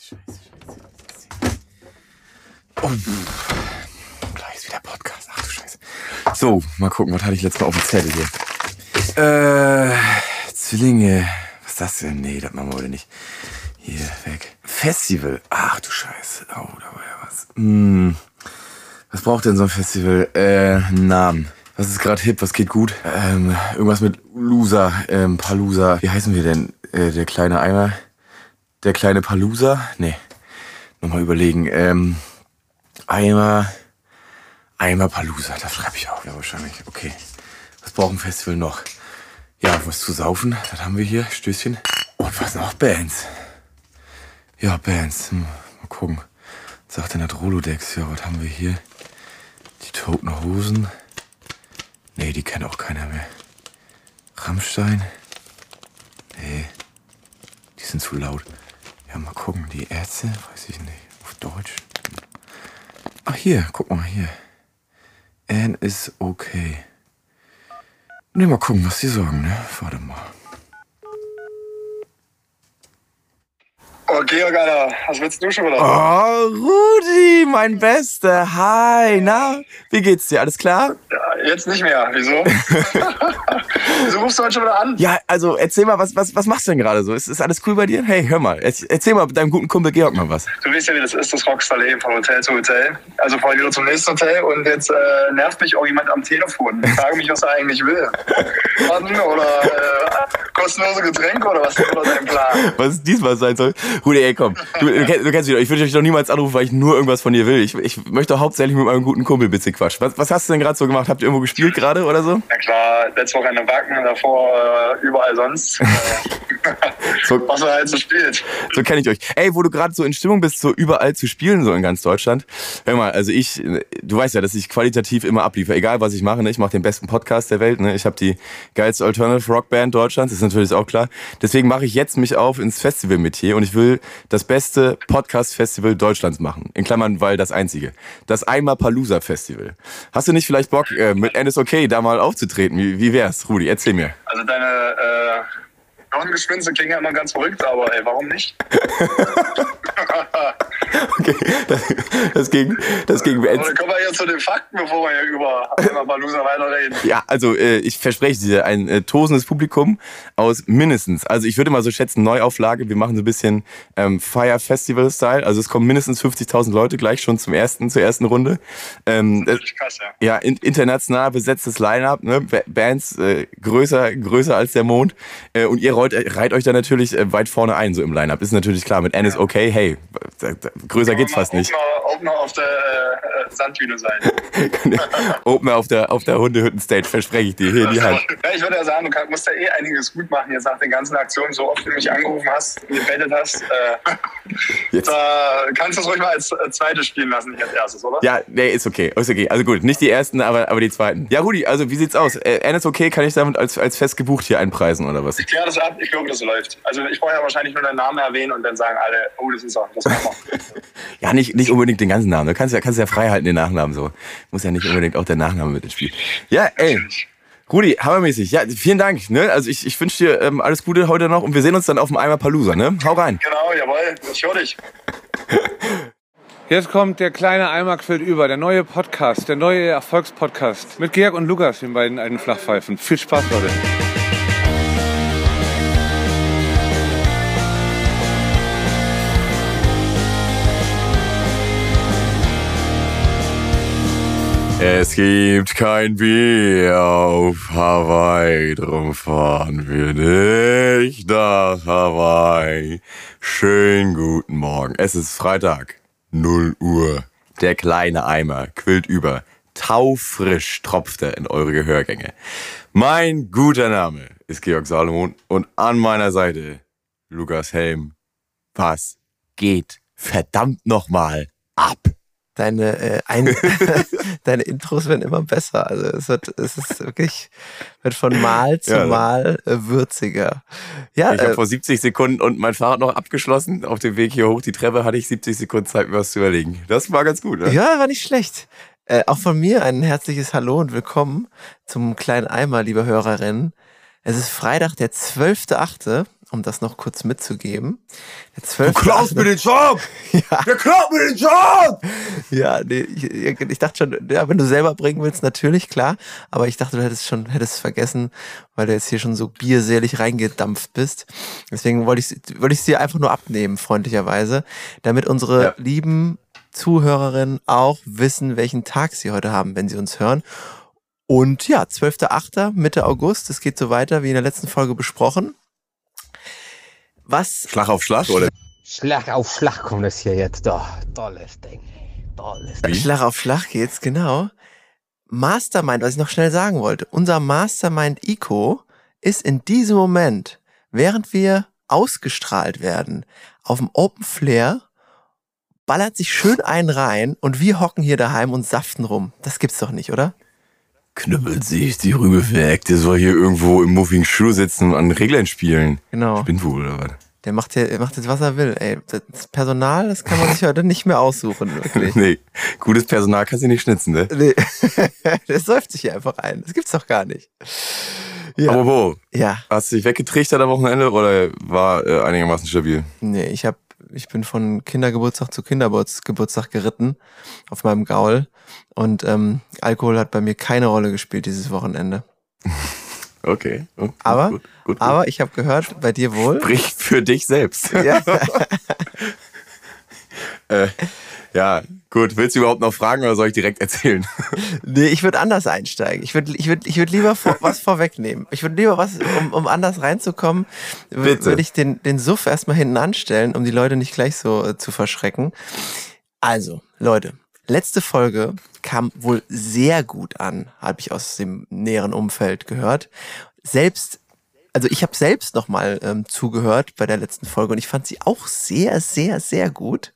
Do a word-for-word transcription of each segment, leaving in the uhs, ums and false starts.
Scheiße, scheiße, scheiße. Oh, gleich ist wieder Podcast. Ach du Scheiße. So, mal gucken, was hatte ich letztes Mal auf dem Zettel hier? Äh, Zwillinge. Was ist das denn? Nee, das machen wir heute nicht. Hier, weg. Festival. Ach du Scheiße. Oh, da war ja was. Hm. Was braucht denn so ein Festival? Äh, einen Namen. Was ist gerade hip? Was geht gut? Ähm, irgendwas mit Loser, ähm, Palooza. Wie heißen wir denn? Äh, der kleine Eimer? Der kleine Palooza? Nee. Nochmal überlegen. Ähm, Eimer, Eimer Palooza. Das schreibe ich auch. Ja, wahrscheinlich. Okay. Was braucht ein Festival noch? Ja, was zu saufen. Das haben wir hier. Stößchen. Und was noch? Bands. Ja, Bands. Hm, mal gucken. Was sagt denn das Rolodex? Ja, was haben wir hier? Die Toten Hosen. Nee, die kennt auch keiner mehr. Rammstein. Nee. Die sind zu laut. Ja, mal gucken. Die Ärzte? Weiß ich nicht. Auf Deutsch. Ach, hier. Guck mal, hier. Anne is okay. Ne, mal gucken, was die sagen, ne? Warte mal. Oh, Georg, Alter, was willst du schon wieder? Oh, Rudi, mein Bester. Hi, na? Wie geht's dir? Alles klar? Ja, jetzt nicht mehr. Wieso? Wieso rufst du heute schon wieder an? Ja, also erzähl mal, was, was, was machst du denn gerade so? Ist, ist alles cool bei dir? Hey, hör mal, erzähl mal deinem guten Kumpel Georg mal was. Du weißt ja, wie das ist, das Rockstar-Leben von Hotel zu Hotel. Also fahr ich wieder zum nächsten Hotel und jetzt äh, nervt mich auch jemand am Telefon. Ich frage mich, was er eigentlich will. Warten oder äh, kostenlose Getränke oder was ist oder dein Plan? Was es diesmal sein soll? Rudi, ey, komm, du, du, kennst, du kennst mich doch. Ich würde dich doch niemals anrufen, weil ich nur irgendwas von dir will. Ich, ich möchte hauptsächlich mit meinem guten Kumpel ein bisschen quatschen. Was, was hast du denn gerade so gemacht? Habt ihr irgendwo gespielt gerade oder so? Ja klar, letzte Woche in der Wacken, davor äh, überall sonst. so, was er halt so spielt. So kenne ich euch. Ey, wo du gerade so in Stimmung bist, so überall zu spielen, so in ganz Deutschland. Hör mal, also ich, du weißt ja, dass ich qualitativ immer abliefere, egal was ich mache. Ne? Ich mache den besten Podcast der Welt. Ne? Ich habe die geilste Alternative Rock Band Deutschlands, ist natürlich auch klar. Deswegen mache ich jetzt mich auf ins Festival-Metier und ich will das beste Podcast-Festival Deutschlands machen. In Klammern, weil das einzige. Das Eimer Palooza Festival. Hast du nicht vielleicht Bock, äh, mit Anne is okay da mal aufzutreten? Wie, wie wär's, Rudi? Erzähl mir. Also deine äh, Gehirngespinste klingen ja immer ganz verrückt, aber ey, warum nicht? Okay, das, das ging, das ging. Aber dann kommen wir jetzt zu den Fakten, bevor wir hier über Eimer Palooza weiterreden. Ja, also äh, ich verspreche dir ein äh, tosendes Publikum aus mindestens, also ich würde mal so schätzen, Neuauflage, wir machen so ein bisschen ähm, Fire Festival Style, also es kommen mindestens fünfzigtausend Leute gleich schon zum ersten, zur ersten Runde. Ähm, das ist krass, ja. Ja, in, international besetztes Line-Up, ne? Bands äh, größer, größer als der Mond äh, und ihr rollt, reiht euch da natürlich äh, weit vorne ein, so im Line-Up, ist natürlich klar, mit Anne is okay, hey, größer geht's fast nicht. Opener auf der äh, Sandbühne sein. Opener auf der, auf der Hundehütten-Stage, verspreche ich dir, hier in die Hand. Ja, ich würde ja sagen, du kann, musst ja eh einiges gut machen, jetzt nach den ganzen Aktionen, so oft du mich angerufen hast und gebettet hast. Äh, jetzt. Da kannst du es ruhig mal als äh, zweites spielen lassen, nicht als erstes, oder? Ja, nee, ist okay, ist okay. Also gut, nicht die ersten, aber, aber die zweiten. Ja, Rudi, also wie sieht's aus? Äh, Anne is okay, kann ich damit als, als fest gebucht hier einpreisen, oder was? Ich kläre das ab, ich glaube, das läuft. Also ich brauche ja wahrscheinlich nur deinen Namen erwähnen und dann sagen alle, oh, das ist er, das machen wir. Ja, nicht, nicht unbedingt den ganzen Namen. Du kannst ja, kannst ja frei halten, den Nachnamen so. Muss ja nicht unbedingt auch der Nachname mit ins Spiel. Ja, ey. Rudi, hammermäßig. Ja, vielen Dank. Ne? Also ich, ich wünsche dir ähm, alles Gute heute noch und wir sehen uns dann auf dem Eimer Palooza, ne? Hau rein. Genau, jawohl. Ich höre dich. Jetzt kommt der kleine Eimer quillt über, der neue Podcast, der neue Erfolgspodcast mit Georg und Lukas, den beiden alten Flachpfeifen. Viel Spaß, Leute. Es gibt kein Bier auf Hawaii, drum fahren wir nicht nach Hawaii. Schönen guten Morgen. Es ist Freitag, null Uhr. Der kleine Eimer quillt über. Taufrisch tropft er in eure Gehörgänge. Mein guter Name ist Georg Salomon und an meiner Seite Lukas Helm. Was geht verdammt nochmal ab? Deine, äh, ein, deine Intros werden immer besser. Also es wird, es ist wirklich, wird von Mal zu ja, Mal äh, würziger. Ja, ich habe äh, vor siebzig Sekunden und mein Fahrrad noch abgeschlossen. Auf dem Weg hier hoch die Treppe hatte ich siebzig Sekunden Zeit, mir was zu überlegen. Das war ganz gut, ne? Ja, war nicht schlecht. Äh, auch von mir ein herzliches Hallo und willkommen zum kleinen Eimer, liebe Hörerinnen. Es ist Freitag, der zwölfte achte um das noch kurz mitzugeben. Der Du zwölfte klaust mir den Job! Ja. Der klaut mir den Job! Ja, nee, ich, ich dachte schon, ja, wenn du selber bringen willst, natürlich, klar. Aber ich dachte, du hättest schon, hättest es vergessen, weil du jetzt hier schon so bierselig reingedampft bist. Deswegen wollte ich wollte ich es dir einfach nur abnehmen, freundlicherweise, damit unsere Ja. lieben Zuhörerinnen auch wissen, welchen Tag sie heute haben, wenn sie uns hören. Und ja, zwölfter achter Mitte August, es geht so weiter, wie in der letzten Folge besprochen. Was Schlag auf Schlag, oder? Schlag auf Schlag kommt es hier jetzt. Doch, tolles Ding. Tolles Ding. Wie? Schlag auf Schlag geht's, genau. Mastermind, was ich noch schnell sagen wollte. Unser Mastermind Ico ist in diesem Moment, während wir ausgestrahlt werden, auf dem Open Flair, ballert sich schön einen rein und wir hocken hier daheim und saften rum. Das gibt's doch nicht, oder? Knüppelt sich die Rübe weg. Der soll hier irgendwo im muffigen Schuh sitzen und an Reglern spielen. Genau. Spinnt wohl, oder was? Der macht, hier, der macht jetzt, was er will. Ey, das Personal, das kann man sich heute nicht mehr aussuchen, wirklich. Nee, gutes Personal kannst du nicht schnitzen, ne? Nee. Der säuft sich hier einfach ein. Das gibt's doch gar nicht. Ja. Aber wo? Ja. Hast du dich weggetrichtert am Wochenende oder war äh, einigermaßen stabil? Nee, ich hab, ich bin von Kindergeburtstag zu Kindergeburtstag geritten auf meinem Gaul und ähm, Alkohol hat bei mir keine Rolle gespielt dieses Wochenende. Okay. Oh, gut, Aber, gut, gut, gut. aber ich habe gehört, bei dir wohl. Sprich für dich selbst. Ja. äh, ja, gut. Willst du überhaupt noch fragen oder soll ich direkt erzählen? Nee, ich würde anders einsteigen. Ich würde ich würd, ich würd lieber vor, was vorwegnehmen. Ich würde lieber was, um, um anders reinzukommen, Bitte. würde ich den, den Suff erstmal hinten anstellen, um die Leute nicht gleich so äh, zu verschrecken. Also, Leute, letzte Folge kam wohl sehr gut an, habe ich aus dem näheren Umfeld gehört. Selbst, also ich habe selbst nochmal ähm, zugehört bei der letzten Folge und ich fand sie auch sehr, sehr, sehr gut.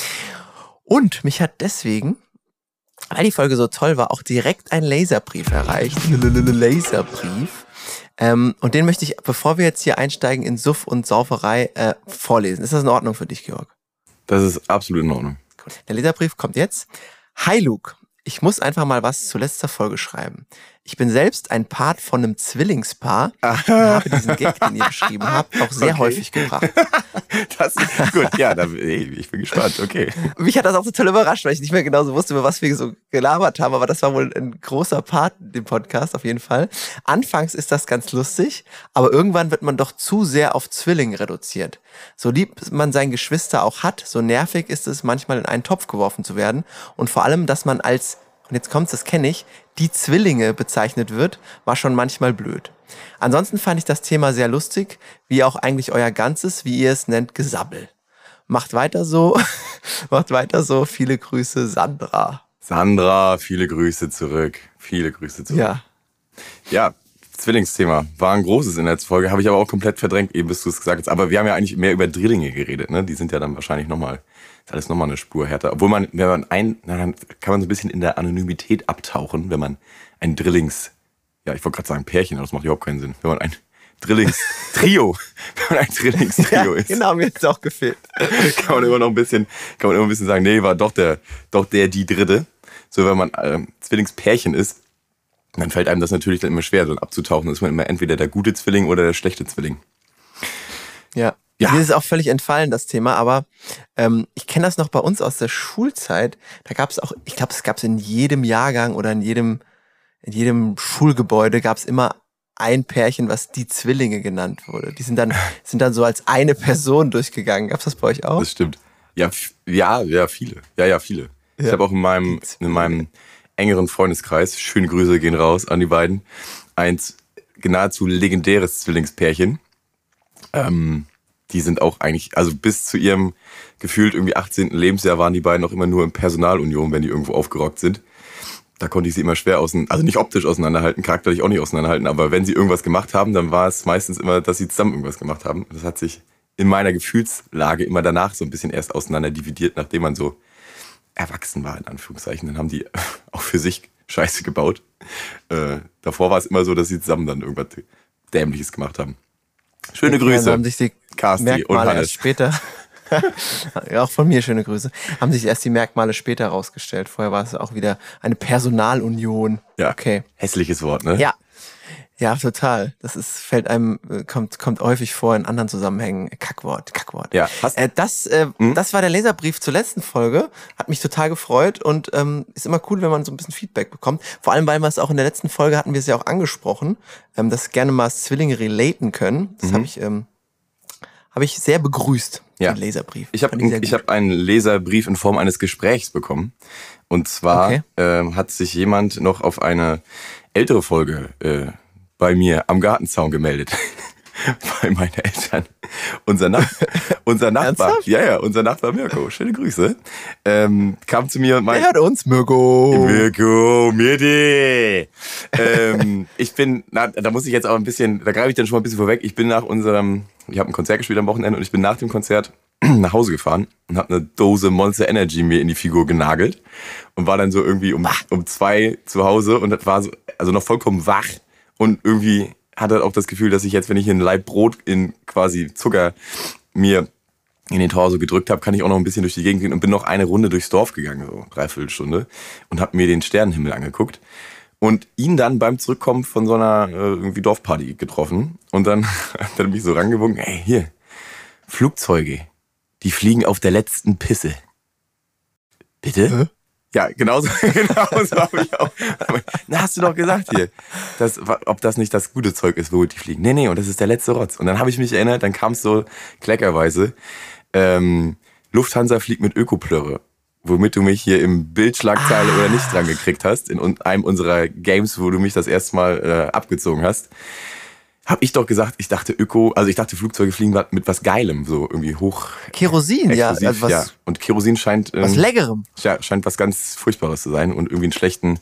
Und mich hat deswegen, weil die Folge so toll war, auch direkt ein Laserbrief erreicht. Laserbrief. Ähm, und den möchte ich, bevor wir jetzt hier einsteigen in Suff und Sauferei, äh, vorlesen. Ist das in Ordnung für dich, Georg? Das ist absolut in Ordnung. Der Leserbrief kommt jetzt. Hi Luke, ich muss einfach mal was zur letzter Folge schreiben. Ich bin selbst ein Part von einem Zwillingspaar und habe diesen Gag, den ihr beschrieben habt, auch sehr Okay. häufig gebracht. Das ist gut. Ja, da, ey, ich bin gespannt. Okay. Mich hat das auch total überrascht, weil ich nicht mehr genau so wusste, über was wir so gelabert haben, aber das war wohl ein großer Part in dem Podcast auf jeden Fall. Anfangs ist das ganz lustig, aber irgendwann wird man doch zu sehr auf Zwilling reduziert. So lieb man sein Geschwister auch hat, so nervig ist es manchmal in einen Topf geworfen zu werden und vor allem, dass man als, und jetzt kommt's, das kenne ich, die Zwillinge bezeichnet wird, war schon manchmal blöd. Ansonsten fand ich das Thema sehr lustig, wie auch eigentlich euer ganzes, wie ihr es nennt, Gesabbel. Macht weiter so, macht weiter so, viele Grüße, Sandra. Sandra, viele Grüße zurück. Viele Grüße zurück. Ja, Ja, Zwillingsthema war ein großes in der letzten Folge, habe ich aber auch komplett verdrängt, eben bis du es gesagt hast. Aber wir haben ja eigentlich mehr über Drillinge geredet, ne? Die sind ja dann wahrscheinlich nochmal, ist alles nochmal eine Spur härter. Obwohl man, wenn man ein, na, dann kann man so ein bisschen in der Anonymität abtauchen, wenn man ein Drillings, ja, ich wollte gerade sagen Pärchen, aber das macht überhaupt keinen Sinn. Wenn man ein Drillingstrio, wenn man ein Drillingstrio ja ist, genau, mir hat's auch gefehlt. kann man immer noch ein bisschen, kann man immer ein bisschen sagen, nee, war doch der, doch der, die Dritte. So, wenn man ähm, Zwillingspärchen ist, dann fällt einem das natürlich dann immer schwer, dann abzutauchen. Dann ist man immer entweder der gute Zwilling oder der schlechte Zwilling. Ja. Ja. Mir ist es auch völlig entfallen, das Thema, aber ähm, ich kenne das noch bei uns aus der Schulzeit. Da gab es auch, ich glaube, es gab es in jedem Jahrgang oder in jedem, in jedem Schulgebäude gab es immer ein Pärchen, was die Zwillinge genannt wurde. Die sind dann, sind dann so als eine Person durchgegangen. Gab's das bei euch auch? Das stimmt. Ja, f- ja, ja, viele. Ja, ja, viele. Ja. Ich habe auch in meinem, in meinem engeren Freundeskreis, schöne Grüße gehen raus an die beiden, ein nahezu legendäres Zwillingspärchen. Ähm, die sind auch eigentlich, also bis zu ihrem gefühlt irgendwie achtzehnten Lebensjahr waren die beiden auch immer nur in Personalunion, wenn die irgendwo aufgerockt sind. Da konnte ich sie immer schwer auseinander, also nicht optisch auseinanderhalten, charakterlich auch nicht auseinanderhalten, aber wenn sie irgendwas gemacht haben, dann war es meistens immer, dass sie zusammen irgendwas gemacht haben. Das hat sich in meiner Gefühlslage immer danach so ein bisschen erst auseinander dividiert, nachdem man so erwachsen war, in Anführungszeichen. Dann haben die auch für sich Scheiße gebaut. Äh, davor war es immer so, dass sie zusammen dann irgendwas Dämliches gemacht haben. Schöne Dann Grüße, haben sich die Carsti und Merkmale Hannes. erst später, ja, auch von mir schöne Grüße, haben sich erst die Merkmale später herausgestellt. Vorher war es auch wieder eine Personalunion. Ja, Okay. hässliches Wort, ne? Ja. Ja, total. Das ist, fällt einem, äh, kommt, kommt häufig vor in anderen Zusammenhängen. Kackwort, Kackwort. Ja, hast, Äh, das, äh, Hm? das war der Leserbrief zur letzten Folge. Hat mich total gefreut und ähm, ist immer cool, wenn man so ein bisschen Feedback bekommt. Vor allem, weil wir es auch in der letzten Folge hatten wir es ja auch angesprochen, ähm, dass gerne mal Zwillinge relaten können. Das Mhm. habe ich, ähm, habe ich sehr begrüßt, Ja. den Leserbrief. Ich habe Fand sehr ich gut. hab einen Leserbrief in Form eines Gesprächs bekommen. Und zwar Okay. ähm, hat sich jemand noch auf eine ältere Folge äh, bei mir am Gartenzaun gemeldet. Bei meinen Eltern. Unser, Nach unser Nachbar, Ernsthaft? ja, ja, unser Nachbar Mirko, schöne Grüße, ähm, kam zu mir und Der meinte, hört uns, Mirko. Mirko, Mirdi. ähm, ich bin, na, da muss ich jetzt auch ein bisschen, da greife ich dann schon mal ein bisschen vorweg. Ich bin nach unserem, ich habe ein Konzert gespielt am Wochenende und ich bin nach dem Konzert nach Hause gefahren und habe eine Dose Monster Energy mir in die Figur genagelt und war dann so irgendwie um, um zwei zu Hause und das war so, also noch vollkommen wach und irgendwie hatte auch das Gefühl, dass ich jetzt, wenn ich ein Laib Brot in quasi Zucker mir in den Torso gedrückt habe, kann ich auch noch ein bisschen durch die Gegend gehen und bin noch eine Runde durchs Dorf gegangen, so dreiviertel Stunde, und habe mir den Sternenhimmel angeguckt und ihn dann beim Zurückkommen von so einer äh, irgendwie Dorfparty getroffen und dann hat er mich so rangewunken, ey, hier, Flugzeuge, die fliegen auf der letzten Pisse. Bitte? Hä? Ja, genauso, genauso habe ich auch. Na, hast du doch gesagt hier, dass, ob das nicht das gute Zeug ist, wo die fliegen. Nee, nee, und das ist der letzte Rotz. Und dann habe ich mich erinnert, dann kam es so kleckerweise, ähm, Lufthansa fliegt mit Ökoplörre, womit du mich hier im Bildschlagzeile Ah. oder nicht dran gekriegt hast, in un- einem unserer Games, wo du mich das erste Mal äh, abgezogen hast. Hab ich doch gesagt, ich dachte Öko, also ich dachte Flugzeuge fliegen mit was Geilem, so irgendwie hoch Kerosin, ja, exklusiv, also was, ja. Und Kerosin scheint, ähm, was Leckerem. ja, scheint was ganz Furchtbares zu sein und irgendwie einen schlechten,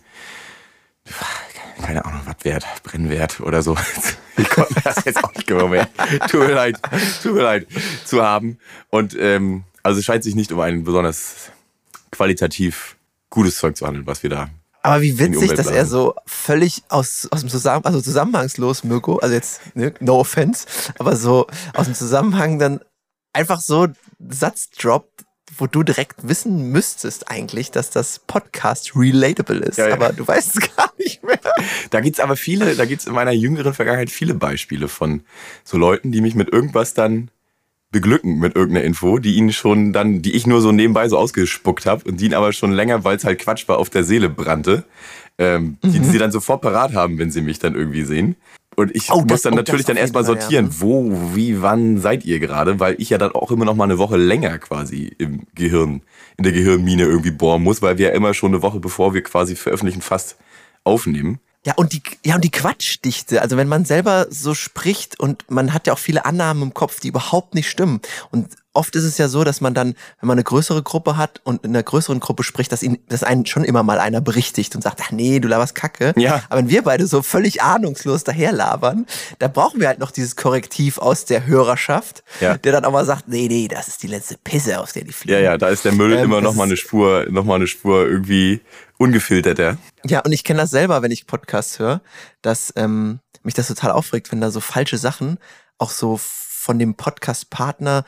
keine Ahnung, Wattwert, Brennwert oder so. Ich konnte das jetzt auch nicht genau mehr. Tut mir leid, tut mir leid, zu haben. Und ähm, also es scheint sich nicht um ein besonders qualitativ gutes Zeug zu handeln, was wir da. Aber wie die witzig, Umwelt dass er blasen. so völlig aus, aus dem Zusammenhang, also zusammenhangslos, Mirko, also jetzt, ne, no offense, aber so aus dem Zusammenhang dann einfach so einen Satz droppt, wo du direkt wissen müsstest eigentlich, dass das Podcast relatable ist. Ja, ja. Aber du weißt es gar nicht mehr. Da gibt's aber viele, da gibt's in meiner jüngeren Vergangenheit viele Beispiele von so Leuten, die mich mit irgendwas dann beglücken mit irgendeiner Info, die ihnen schon dann, die ich nur so nebenbei so ausgespuckt habe und die ihn aber schon länger, weil es halt Quatsch war, auf der Seele brannte, ähm, die, die sie dann sofort parat haben, wenn sie mich dann irgendwie sehen. Und ich Oh, muss das- dann oh, natürlich das dann auf jeden erstmal Fall, ja. sortieren, wo, wie, wann seid ihr gerade, weil ich ja dann auch immer noch mal eine Woche länger quasi im Gehirn, in der Gehirnmine irgendwie bohren muss, weil wir ja immer schon eine Woche, bevor wir quasi veröffentlichen, fast aufnehmen. Ja, und die, ja, und die Quatschdichte. Also wenn man selber so spricht und man hat ja auch viele Annahmen im Kopf, die überhaupt nicht stimmen. Und oft ist es ja so, dass man dann, wenn man eine größere Gruppe hat und in einer größeren Gruppe spricht, dass, ihn, dass einen schon immer mal einer berichtigt und sagt, ach nee, du laberst Kacke. Ja. Aber wenn wir beide so völlig ahnungslos daherlabern, da brauchen wir halt noch dieses Korrektiv aus der Hörerschaft, Ja. der dann auch mal sagt, nee, nee, das ist die letzte Pisse, aus der die fliegen. Ja, ja, da ist der Müll Ähm, immer noch das mal eine ist- Spur, noch mal eine Spur irgendwie ungefilterter. Ja, und ich kenne das selber, wenn ich Podcasts höre, dass ähm, mich das total aufregt, wenn da so falsche Sachen auch so von dem Podcast-Partner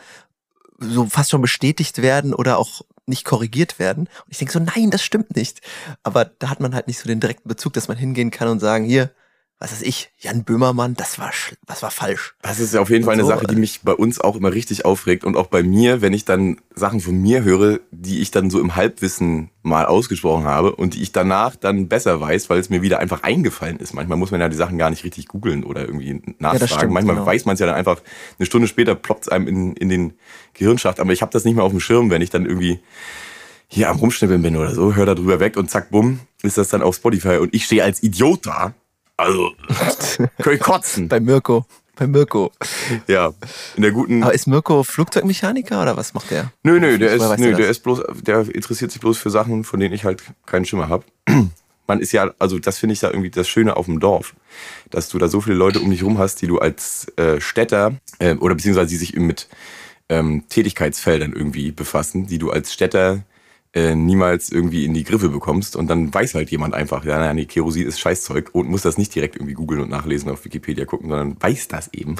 so fast schon bestätigt werden oder auch nicht korrigiert werden. Und ich denke so, nein, das stimmt nicht. Aber da hat man halt nicht so den direkten Bezug, dass man hingehen kann und sagen, hier, was weiß ich, Jan Böhmermann, das war, sch- das war falsch. Das ist ja auf jeden Fall Und eine so, Sache, die äh, mich bei uns auch immer richtig aufregt und auch bei mir, wenn ich dann Sachen von mir höre, die ich dann so im Halbwissen mal ausgesprochen habe und die ich danach dann besser weiß, weil es mir wieder einfach eingefallen ist. Manchmal muss man ja die Sachen gar nicht richtig googeln oder irgendwie nachfragen. stimmt, Manchmal genau. weiß man es ja dann einfach, eine Stunde später ploppt es einem in, in den Gehirnschacht. Aber ich habe das nicht mehr auf dem Schirm, wenn ich dann irgendwie hier am Rumschnippeln bin oder so, höre da drüber weg und zack, bumm, ist das dann auf Spotify und ich stehe als Idiot da. Also, kann ich kotzen. Bei Mirko, bei Mirko. Ja, in der guten... Aber ist Mirko Flugzeugmechaniker oder was macht der? Nö, nö, der Woher ist, weißt nö, du der das? ist bloß, der interessiert sich bloß für Sachen, von denen ich halt keinen Schimmer habe. Man ist ja, also das finde ich da irgendwie das Schöne auf dem Dorf, dass du da so viele Leute um dich rum hast, die du als äh, Städter äh, oder beziehungsweise die sich eben mit ähm, Tätigkeitsfeldern irgendwie befassen, die du als Städter äh, niemals irgendwie in die Griffe bekommst und dann weiß halt jemand einfach, ja, na, nee, Kerosin ist Scheißzeug und muss das nicht direkt irgendwie googeln und nachlesen, auf Wikipedia gucken, sondern weiß das eben.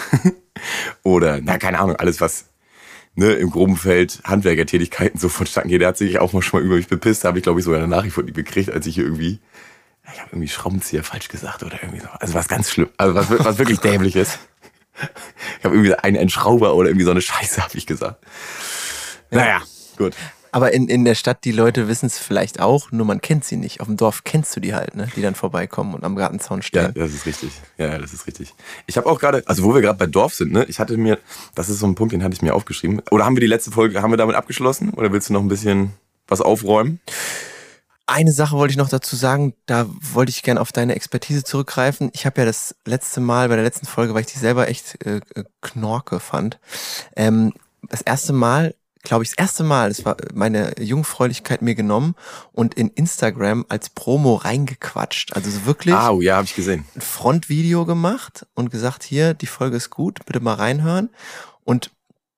Oder, na, keine Ahnung, alles was ne, im groben Feld Handwerkertätigkeiten so vonstatten geht. Der hat sich auch mal schon mal über mich bepisst. Da habe ich, glaube ich, sogar eine Nachricht von ihm gekriegt, als ich hier irgendwie, Ich habe irgendwie Schraubenzieher falsch gesagt oder irgendwie so. Also was ganz schlimm. Also was, was wirklich dämlich ist. Ich habe irgendwie einen, einen Schrauber oder irgendwie so eine Scheiße, habe ich gesagt. Ja. Naja, gut. Aber in, in der Stadt, die Leute wissen es vielleicht auch, nur man kennt sie nicht. Auf dem Dorf kennst du die halt, ne? Die dann vorbeikommen und am Gartenzaun stehen. Ja, das ist richtig. Ja, das ist richtig. Ich habe auch gerade, also wo wir gerade bei Dorf sind, ne? Ich hatte mir, das ist so ein Punkt, den hatte ich mir aufgeschrieben. Oder haben wir die letzte Folge, haben wir damit abgeschlossen? Oder willst du noch ein bisschen was aufräumen? Eine Sache wollte ich noch dazu sagen, da wollte ich gerne auf deine Expertise zurückgreifen. Ich habe ja das letzte Mal, bei der letzten Folge, weil ich die selber echt äh, knorke fand, ähm, das erste Mal, glaube ich, das erste Mal, das war meine Jungfräulichkeit mir genommen und in Instagram als Promo reingequatscht. Also so wirklich Ah, oh, ja, habe ich gesehen. ein Frontvideo gemacht und gesagt, hier, die Folge ist gut, bitte mal reinhören. Und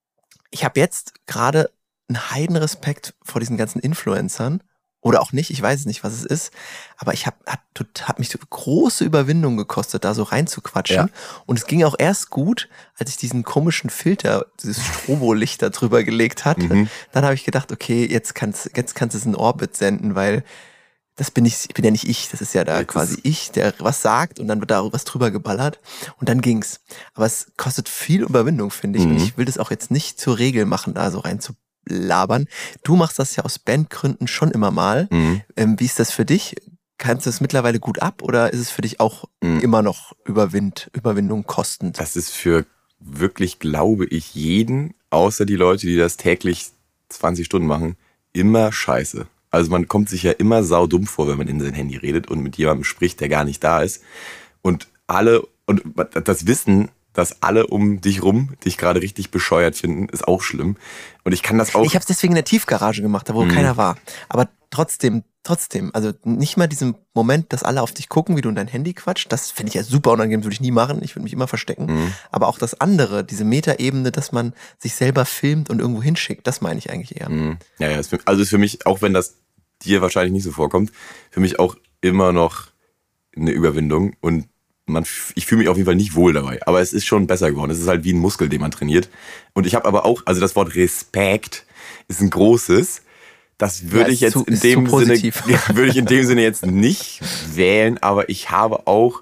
ich habe jetzt gerade einen Heidenrespekt vor diesen ganzen Influencern. Oder auch nicht, ich weiß es nicht, was es ist. Aber ich habe hat, hat mich so große Überwindung gekostet, da so reinzuquatschen. Ja. Und es ging auch erst gut, als ich diesen komischen Filter, dieses Strobolicht da drüber gelegt hatte. Mhm. Dann habe ich gedacht, okay, jetzt kannst jetzt kannst du es in Orbit senden, weil das bin ich, ich bin ja nicht ich, das ist ja da Jetzt quasi ist- ich, der was sagt und dann wird da was drüber geballert und dann ging's. Aber es kostet viel Überwindung, finde ich. Mhm. Und ich will das auch jetzt nicht zur Regel machen, da so rein zu labern. Du machst das ja aus Bandgründen schon immer mal. Mhm. Ähm, wie ist das für dich? Kannst du es mittlerweile gut ab oder ist es für dich auch Mhm. immer noch Überwind, Überwindung kostend? Das ist für wirklich, glaube ich, jeden, außer die Leute, die das täglich zwanzig Stunden machen, immer scheiße. Also man kommt sich ja immer saudumm vor, wenn man in sein Handy redet und mit jemandem spricht, der gar nicht da ist. Und alle, und das Wissen, dass alle um dich rum dich gerade richtig bescheuert finden, ist auch schlimm. Und ich kann das auch... Ich habe es deswegen in der Tiefgarage gemacht, da wo Mhm. keiner war. Aber trotzdem, trotzdem, also nicht mal diesen Moment, dass alle auf dich gucken, wie du in dein Handy quatscht, das finde ich ja super unangenehm, würde ich nie machen. Ich würde mich immer verstecken. Mhm. Aber auch das andere, diese Metaebene, dass man sich selber filmt und irgendwo hinschickt, das meine ich eigentlich eher. Mhm. Ja, ja, ist für, also ist für mich, auch wenn das dir wahrscheinlich nicht so vorkommt, für mich auch immer noch eine Überwindung und man, ich fühle mich auf jeden Fall nicht wohl dabei, aber es ist schon besser geworden. Es ist halt wie ein Muskel, den man trainiert. Und ich habe aber auch, also das Wort Respekt ist ein großes. Das würde Ja, ich ist jetzt zu- in ist dem zu Sinne, positiv. würde ich in dem Sinne jetzt nicht wählen, aber ich habe auch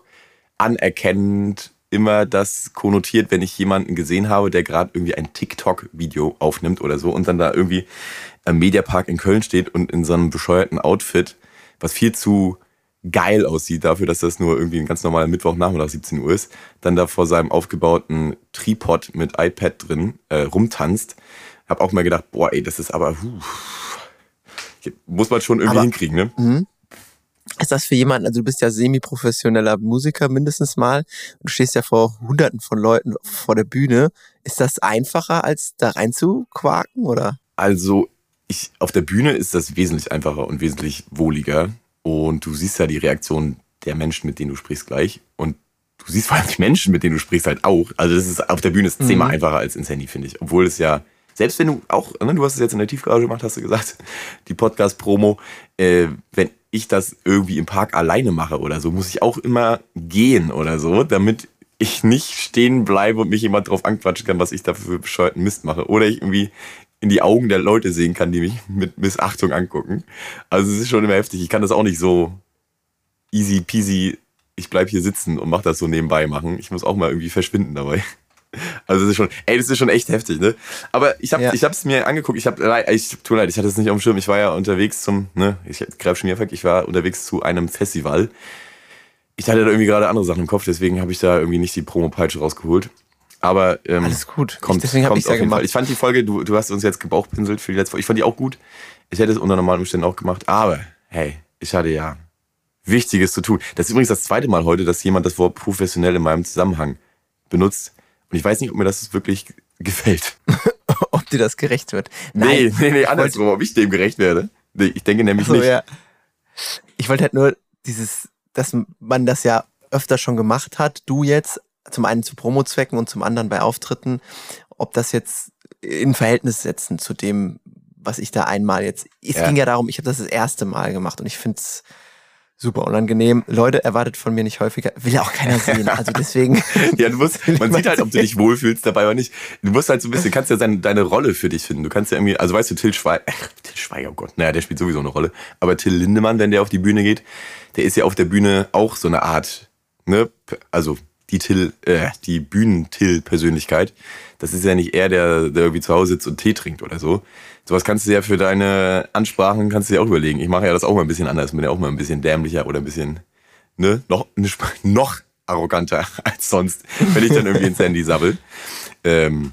anerkennend immer das konnotiert, wenn ich jemanden gesehen habe, der gerade irgendwie ein TikTok-Video aufnimmt oder so und dann da irgendwie am Mediapark in Köln steht und in so einem bescheuerten Outfit, was viel zu geil aussieht dafür, dass das nur irgendwie ein ganz normaler Mittwochnachmittag siebzehn Uhr ist, dann da vor seinem aufgebauten Tripod mit iPad drin äh, rumtanzt. Hab auch mal gedacht, boah ey, das ist aber, huh, muss man schon irgendwie Aber- hinkriegen, ne? Mhm. Ist das für jemanden, also du bist ja semi-professioneller Musiker mindestens mal, du stehst ja vor hunderten von Leuten vor der Bühne. Ist das einfacher, als da reinzuquaken, oder? Also ich, auf der Bühne ist das wesentlich einfacher und wesentlich wohliger. Und du siehst ja die Reaktion der Menschen, mit denen du sprichst, gleich. Und du siehst vor allem die Menschen, mit denen du sprichst, halt auch. Also das ist auf der Bühne ist zehnmal Mhm. einfacher als ins Handy, finde ich. Obwohl es ja, selbst wenn du auch, ne, du hast es jetzt in der Tiefgarage gemacht, hast du gesagt, die Podcast-Promo, äh, wenn ich das irgendwie im Park alleine mache oder so, muss ich auch immer gehen oder so, damit ich nicht stehen bleibe und mich jemand drauf anquatschen kann, was ich da für bescheuerten Mist mache. Oder ich irgendwie in die Augen der Leute sehen kann, die mich mit Missachtung angucken. Also es ist schon immer heftig. Ich kann das auch nicht so easy peasy, ich bleib hier sitzen und mach das so nebenbei machen. Ich muss auch mal irgendwie verschwinden dabei. Also das ist schon, ey, das ist schon echt heftig, ne? Aber ich habe, Ja. ich habe es mir angeguckt. Ich habe, ich tut mir leid, ich hatte es nicht auf dem Schirm. Ich war ja unterwegs zum, ne, ich greife schon hier weg. Ich war unterwegs zu einem Festival. Ich hatte da irgendwie gerade andere Sachen im Kopf, deswegen habe ich da irgendwie nicht die Promo-Peitsche rausgeholt. Aber ähm, Alles gut. kommt, ich, deswegen habe kommt ich es ja auf jeden Fall. gemacht. Ich fand die Folge, du, du hast uns jetzt gebauchpinselt für die letzte Folge. Ich fand die auch gut. Ich hätte es unter normalen Umständen auch gemacht. Aber hey, ich hatte ja Wichtiges zu tun. Das ist übrigens das zweite Mal heute, dass jemand das Wort professionell in meinem Zusammenhang benutzt. Und ich weiß nicht, ob mir das wirklich gefällt. Ob dir das gerecht wird. Nee, Nein, nee, nee, andersrum, ob ich dem gerecht werde. Nee, ich denke nämlich so, nicht. ja. Ich wollte halt nur dieses, dass man das ja öfter schon gemacht hat, du jetzt, zum einen zu Promo-Zwecken und zum anderen bei Auftritten, ob das jetzt in Verhältnis setzen zu dem, was ich da einmal jetzt, es Ja. ging ja darum, ich habe das das erste Mal gemacht und ich finde es super unangenehm. Leute, erwartet von mir nicht häufiger. Will ja auch keiner sehen. Also deswegen. Ja, du musst, man sieht halt, ob du dich wohlfühlst dabei oder nicht. Du musst halt so ein bisschen, kannst ja deine, deine Rolle für dich finden. Du kannst ja irgendwie, also weißt du, Till Schweiger, äh, Till Schweiger, oh Gott, naja, der spielt sowieso eine Rolle. Aber Till Lindemann, wenn der auf die Bühne geht, der ist ja auf der Bühne auch so eine Art, ne, also die Till, äh, die Bühnen-Till-Persönlichkeit. Das ist ja nicht er, der, der irgendwie zu Hause sitzt und Tee trinkt oder so. Sowas kannst du ja für deine Ansprachen, kannst du dir auch überlegen. Ich mache ja das auch mal ein bisschen anders. Bin ja auch mal ein bisschen dämlicher oder ein bisschen, ne, noch, noch arroganter als sonst, wenn ich dann irgendwie ins Handy sabbel. Ähm,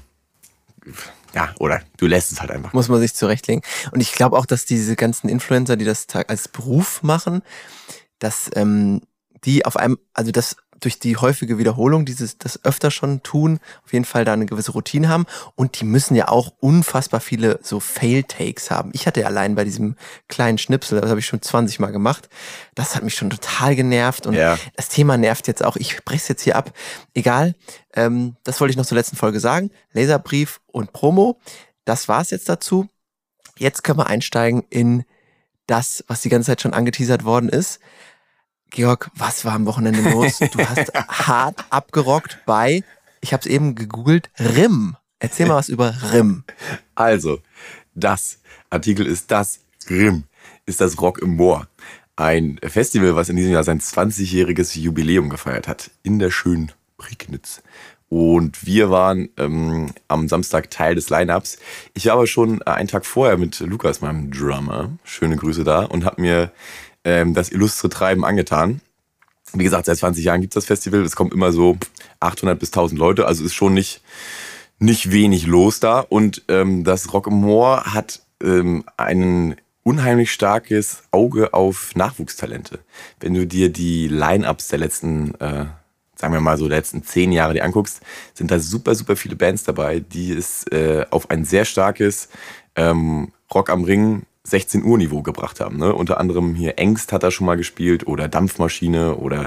ja, oder du lässt es halt einfach. Muss man sich zurechtlegen. Und ich glaube auch, dass diese ganzen Influencer, die das als Beruf machen, dass ähm, die auf einem, also das durch die häufige Wiederholung dieses das öfter schon tun, auf jeden Fall da eine gewisse Routine haben und die müssen ja auch unfassbar viele so Fail-Takes haben. Ich hatte ja allein bei diesem kleinen Schnipsel, das habe ich schon zwanzig Mal gemacht, das hat mich schon total genervt und ja. Das Thema nervt jetzt auch, ich brech's jetzt hier ab, egal, ähm, das wollte ich noch zur letzten Folge sagen, Leserbrief und Promo, das war's jetzt dazu. Jetzt können wir einsteigen in das, was die ganze Zeit schon angeteasert worden ist. Georg, was war am Wochenende los? Du hast hart abgerockt bei, ich habe es eben gegoogelt, R I M. Erzähl mal was über R I M. Also, das Artikel ist das R I M, ist das Rock im Moor. Ein Festival, was in diesem Jahr sein zwanzigjähriges Jubiläum gefeiert hat, in der schönen Prignitz. Und wir waren ähm, am Samstag Teil des Line-Ups. Ich war aber schon einen Tag vorher mit Lukas, meinem Drummer, schöne Grüße da, und habe mir das illustre Treiben angetan. Wie gesagt, seit zwanzig Jahren gibt es das Festival. Es kommt immer so achthundert bis tausend Leute. Also ist schon nicht, nicht wenig los da. Und ähm, das Rock im Moor hat ähm, ein unheimlich starkes Auge auf Nachwuchstalente. Wenn du dir die Line-Ups der letzten, äh, sagen wir mal so, der letzten zehn Jahre die anguckst, sind da super, super viele Bands dabei, die es äh, auf ein sehr starkes ähm, Rock am Ring sechzehn Uhr Niveau gebracht haben. Ne? Unter anderem hier Ängst hat er schon mal gespielt oder Dampfmaschine oder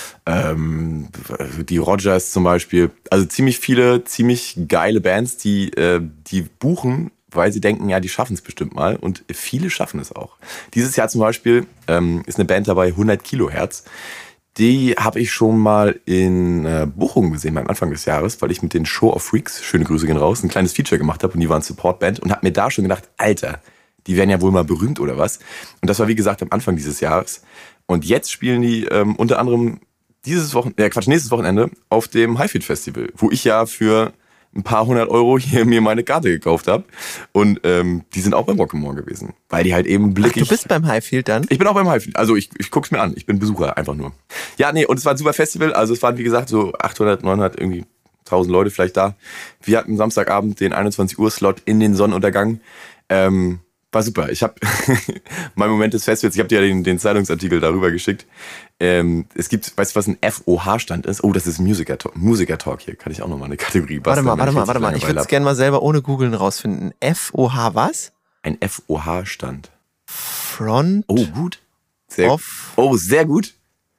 ähm, die Rogers zum Beispiel. Also ziemlich viele, ziemlich geile Bands, die, äh, die buchen, weil sie denken, ja, die schaffen es bestimmt mal. Und viele schaffen es auch. Dieses Jahr zum Beispiel ähm, ist eine Band dabei, hundert Kilohertz. Die habe ich schon mal in äh, Bochum gesehen beim Anfang des Jahres, weil ich mit den Show of Freaks, schöne Grüße gehen raus, ein kleines Feature gemacht habe und die waren Supportband und habe mir da schon gedacht, Alter, die werden ja wohl mal berühmt oder was. Und das war, wie gesagt, am Anfang dieses Jahres. Und jetzt spielen die ähm, unter anderem dieses Wochenende, äh, Quatsch, nächstes Wochenende auf dem Highfield Festival, wo ich ja für ein paar hundert Euro hier mir meine Karte gekauft habe. Und ähm, die sind auch beim Rock im Moor gewesen. Weil die halt eben blickig... Ach, du bist beim Highfield dann? Ich bin auch beim Highfield. Also ich, ich guck's mir an. Ich bin Besucher einfach nur. Ja, nee, und es war ein super Festival. Also es waren, wie gesagt, so achthundert, neunhundert, irgendwie tausend Leute vielleicht da. Wir hatten Samstagabend den einundzwanzig Uhr Slot in den Sonnenuntergang. Ähm... War super. Ich habe mein Moment des Festivals, ich habe dir ja den, den Zeitungsartikel darüber geschickt. Ähm, es gibt, weißt du, was ein F O H-Stand ist? Oh, das ist Musiker Talk. Musiker Talk hier. Kann ich auch nochmal eine Kategorie basteln. Warte mal, warte mal, warte mal. Ich würde es gerne mal selber ohne googeln rausfinden. F O H was? Ein F O H-Stand. Front. Oh, gut. Sehr, of. Oh, sehr gut.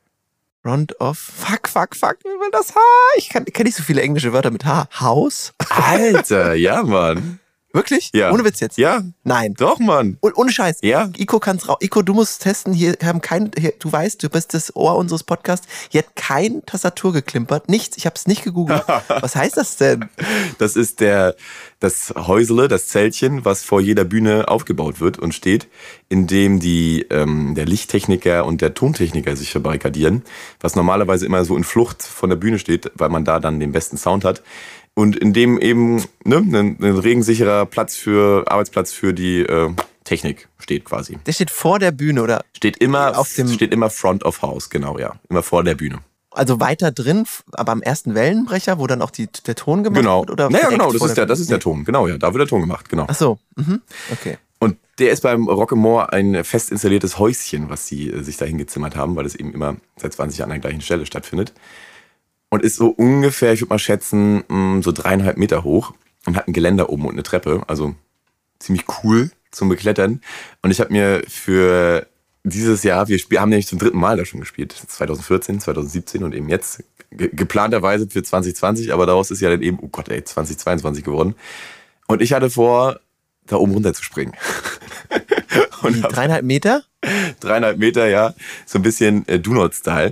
Front of. Fuck, fuck, fuck. Wie will das H? Ich kann, kenn nicht so viele englische Wörter mit H. Haus? Alter, ja, Mann. Wirklich? Ja. Ohne Witz jetzt? Ja. Nein. Doch, Mann. Und ohne Scheiß. Ja. Ico kann's raus. Ico, du musst testen. Hier haben kein, hier, du weißt, du bist das Ohr unseres Podcasts. Hier hat kein Tastatur geklimpert. Nichts. Ich habe es nicht gegoogelt. Was heißt das denn? Das ist der, das Häusele, das Zeltchen, was vor jeder Bühne aufgebaut wird und steht, in dem die, ähm, der Lichttechniker und der Tontechniker sich verbarrikadieren, was normalerweise immer so in Flucht von der Bühne steht, weil man da dann den besten Sound hat. Und in dem eben ne, ein, ein regensicherer Platz für Arbeitsplatz für die äh, Technik steht quasi. Der steht vor der Bühne, oder? Steht immer auf dem steht immer Front of House, genau, ja, immer vor der Bühne. Also weiter drin, aber am ersten Wellenbrecher, wo dann auch die, der Ton gemacht genau. wird? Oder naja, genau, das ist der, der, das ist der Ton, genau, ja, da wird der Ton gemacht, genau. Ach so, mhm. Okay. Und der ist beim Rock im Moor ein fest installiertes Häuschen, was sie äh, sich da hingezimmert haben, weil es eben immer seit zwanzig Jahren an der gleichen Stelle stattfindet. Und ist so ungefähr, ich würde mal schätzen, so dreieinhalb Meter hoch und hat ein Geländer oben und eine Treppe. Also ziemlich cool zum Beklettern. Und ich habe mir für dieses Jahr, wir haben nämlich zum dritten Mal da schon gespielt, zwanzig vierzehn, zwanzig siebzehn und eben jetzt ge- geplanterweise für zwanzig zwanzig, aber daraus ist ja dann eben, oh Gott ey, zwanzig zweiundzwanzig geworden. Und ich hatte vor, da oben runter zu springen. Und dreieinhalb Meter? dreieinhalb Meter, ja, so ein bisschen äh, Do-Not-Style.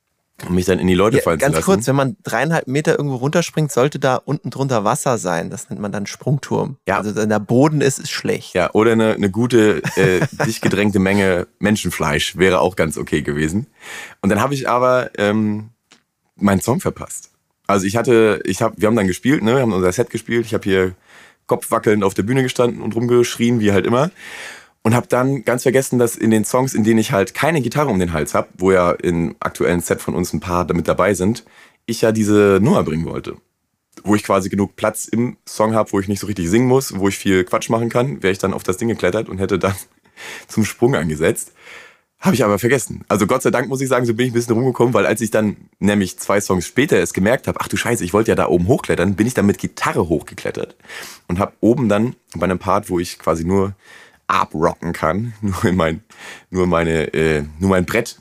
Um mich dann in die Leute Ja, fallen zu ganz lassen. kurz, wenn man dreieinhalb Meter irgendwo runterspringt, sollte da unten drunter Wasser sein. Das nennt man dann Sprungturm. Ja. Also wenn der Boden ist, ist schlecht. Ja, oder eine, eine gute, äh, dicht gedrängte Menge Menschenfleisch wäre auch ganz okay gewesen. Und dann habe ich aber ähm, meinen Song verpasst. Also ich hatte, ich hab, wir haben dann gespielt, ne, wir haben unser Set gespielt. Ich habe hier kopfwackelnd auf der Bühne gestanden und rumgeschrien, wie halt immer. Und habe dann ganz vergessen, dass in den Songs, in denen ich halt keine Gitarre um den Hals habe, wo ja im aktuellen Set von uns ein paar damit dabei sind, ich ja diese Nummer bringen wollte. Wo ich quasi genug Platz im Song habe, wo ich nicht so richtig singen muss, wo ich viel Quatsch machen kann, wäre ich dann auf das Ding geklettert und hätte dann zum Sprung angesetzt. Habe ich aber vergessen. Also Gott sei Dank muss ich sagen, so bin ich ein bisschen rumgekommen, weil als ich dann nämlich zwei Songs später es gemerkt habe, ach du Scheiße, ich wollte ja da oben hochklettern, bin ich dann mit Gitarre hochgeklettert und habe oben dann bei einem Part, wo ich quasi nur abrocken kann, nur in mein, nur meine, äh, nur mein Brett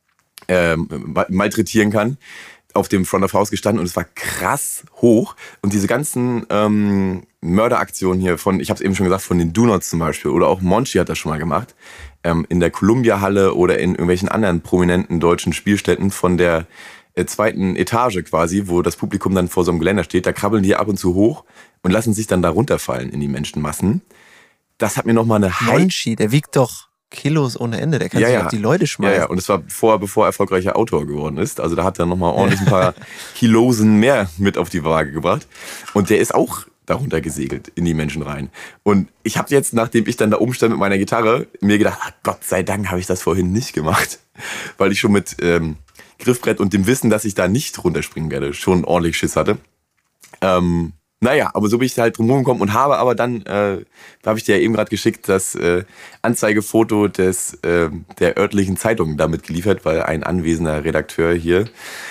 äh, malträtieren kann, auf dem Front of House gestanden und es war krass hoch und diese ganzen ähm, Mörderaktionen hier von, ich habe es eben schon gesagt, von den Do-Nots zum Beispiel oder auch Monchi hat das schon mal gemacht, ähm, in der Columbia-Halle oder in irgendwelchen anderen prominenten deutschen Spielstätten von der äh, zweiten Etage quasi, wo das Publikum dann vor so einem Geländer steht, da krabbeln die ab und zu hoch und lassen sich dann da runterfallen in die Menschenmassen. Das hat mir nochmal eine High... Monchi, der wiegt doch Kilos ohne Ende. Der kann Ja, sich ja. auf die Leute schmeißen. Ja, ja, und es war vor, bevor er erfolgreicher Autor geworden ist. Also da hat er nochmal ordentlich ein paar Kilosen mehr mit auf die Waage gebracht. Und der ist auch darunter gesegelt in die Menschen rein. Und ich habe jetzt, nachdem ich dann da oben stand mit meiner Gitarre, mir gedacht, ach, Gott sei Dank habe ich das vorhin nicht gemacht. Weil ich schon mit ähm, Griffbrett und dem Wissen, dass ich da nicht runterspringen werde, schon ordentlich Schiss hatte. Ähm... Naja, aber so bin ich halt drum rumgekommen und habe aber dann, äh, habe ich dir ja eben gerade geschickt, das äh, Anzeigefoto des äh, der örtlichen Zeitung damit geliefert, weil ein anwesender Redakteur hier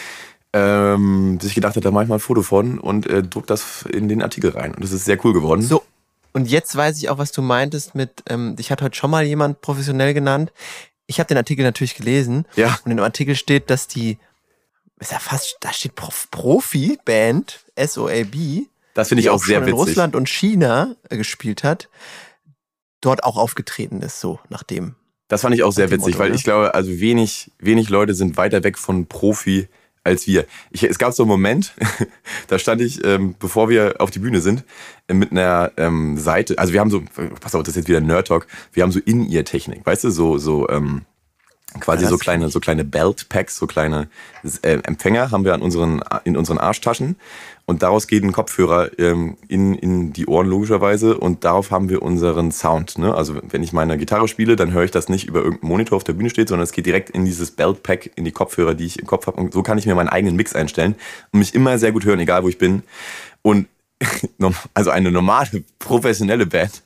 ähm, sich gedacht hat, da mache ich mal ein Foto von und äh, druck das in den Artikel rein. Und das ist sehr cool geworden. So, und jetzt weiß ich auch, was du meintest mit, ähm, ich hatte heute schon mal jemand professionell genannt. Ich habe den Artikel natürlich gelesen. Ja. Und in dem Artikel steht, dass die, ist ja fast, da steht Prof, Profi-Band, S O A B, Das finde ich die auch sehr schon in witzig. Russland und China äh, gespielt hat, dort auch aufgetreten ist, so nach dem. Das fand ich auch sehr Nach dem witzig, Motto, weil ne? ich glaube, also wenig, wenig Leute sind weiter weg von Profi als wir. Ich, es gab so einen Moment, da stand ich, ähm, bevor wir auf die Bühne sind, äh, mit einer ähm, Seite, also wir haben so, pass auf, das ist jetzt wieder Nerd Talk, wir haben so In-Ear-Technik, weißt du, so, so, ähm, quasi Ja, so das kleine, so kleine Belt-Packs, so kleine äh, Empfänger haben wir an unseren, in unseren Arschtaschen und daraus geht ein Kopfhörer ähm, in, in die Ohren logischerweise und darauf haben wir unseren Sound. Ne? Also wenn ich meine Gitarre spiele, dann höre ich das nicht über irgendeinen Monitor auf der Bühne steht, sondern es geht direkt in dieses Belt-Pack, in die Kopfhörer, die ich im Kopf habe und so kann ich mir meinen eigenen Mix einstellen und mich immer sehr gut hören, egal wo ich bin. Und also eine normale, professionelle Band,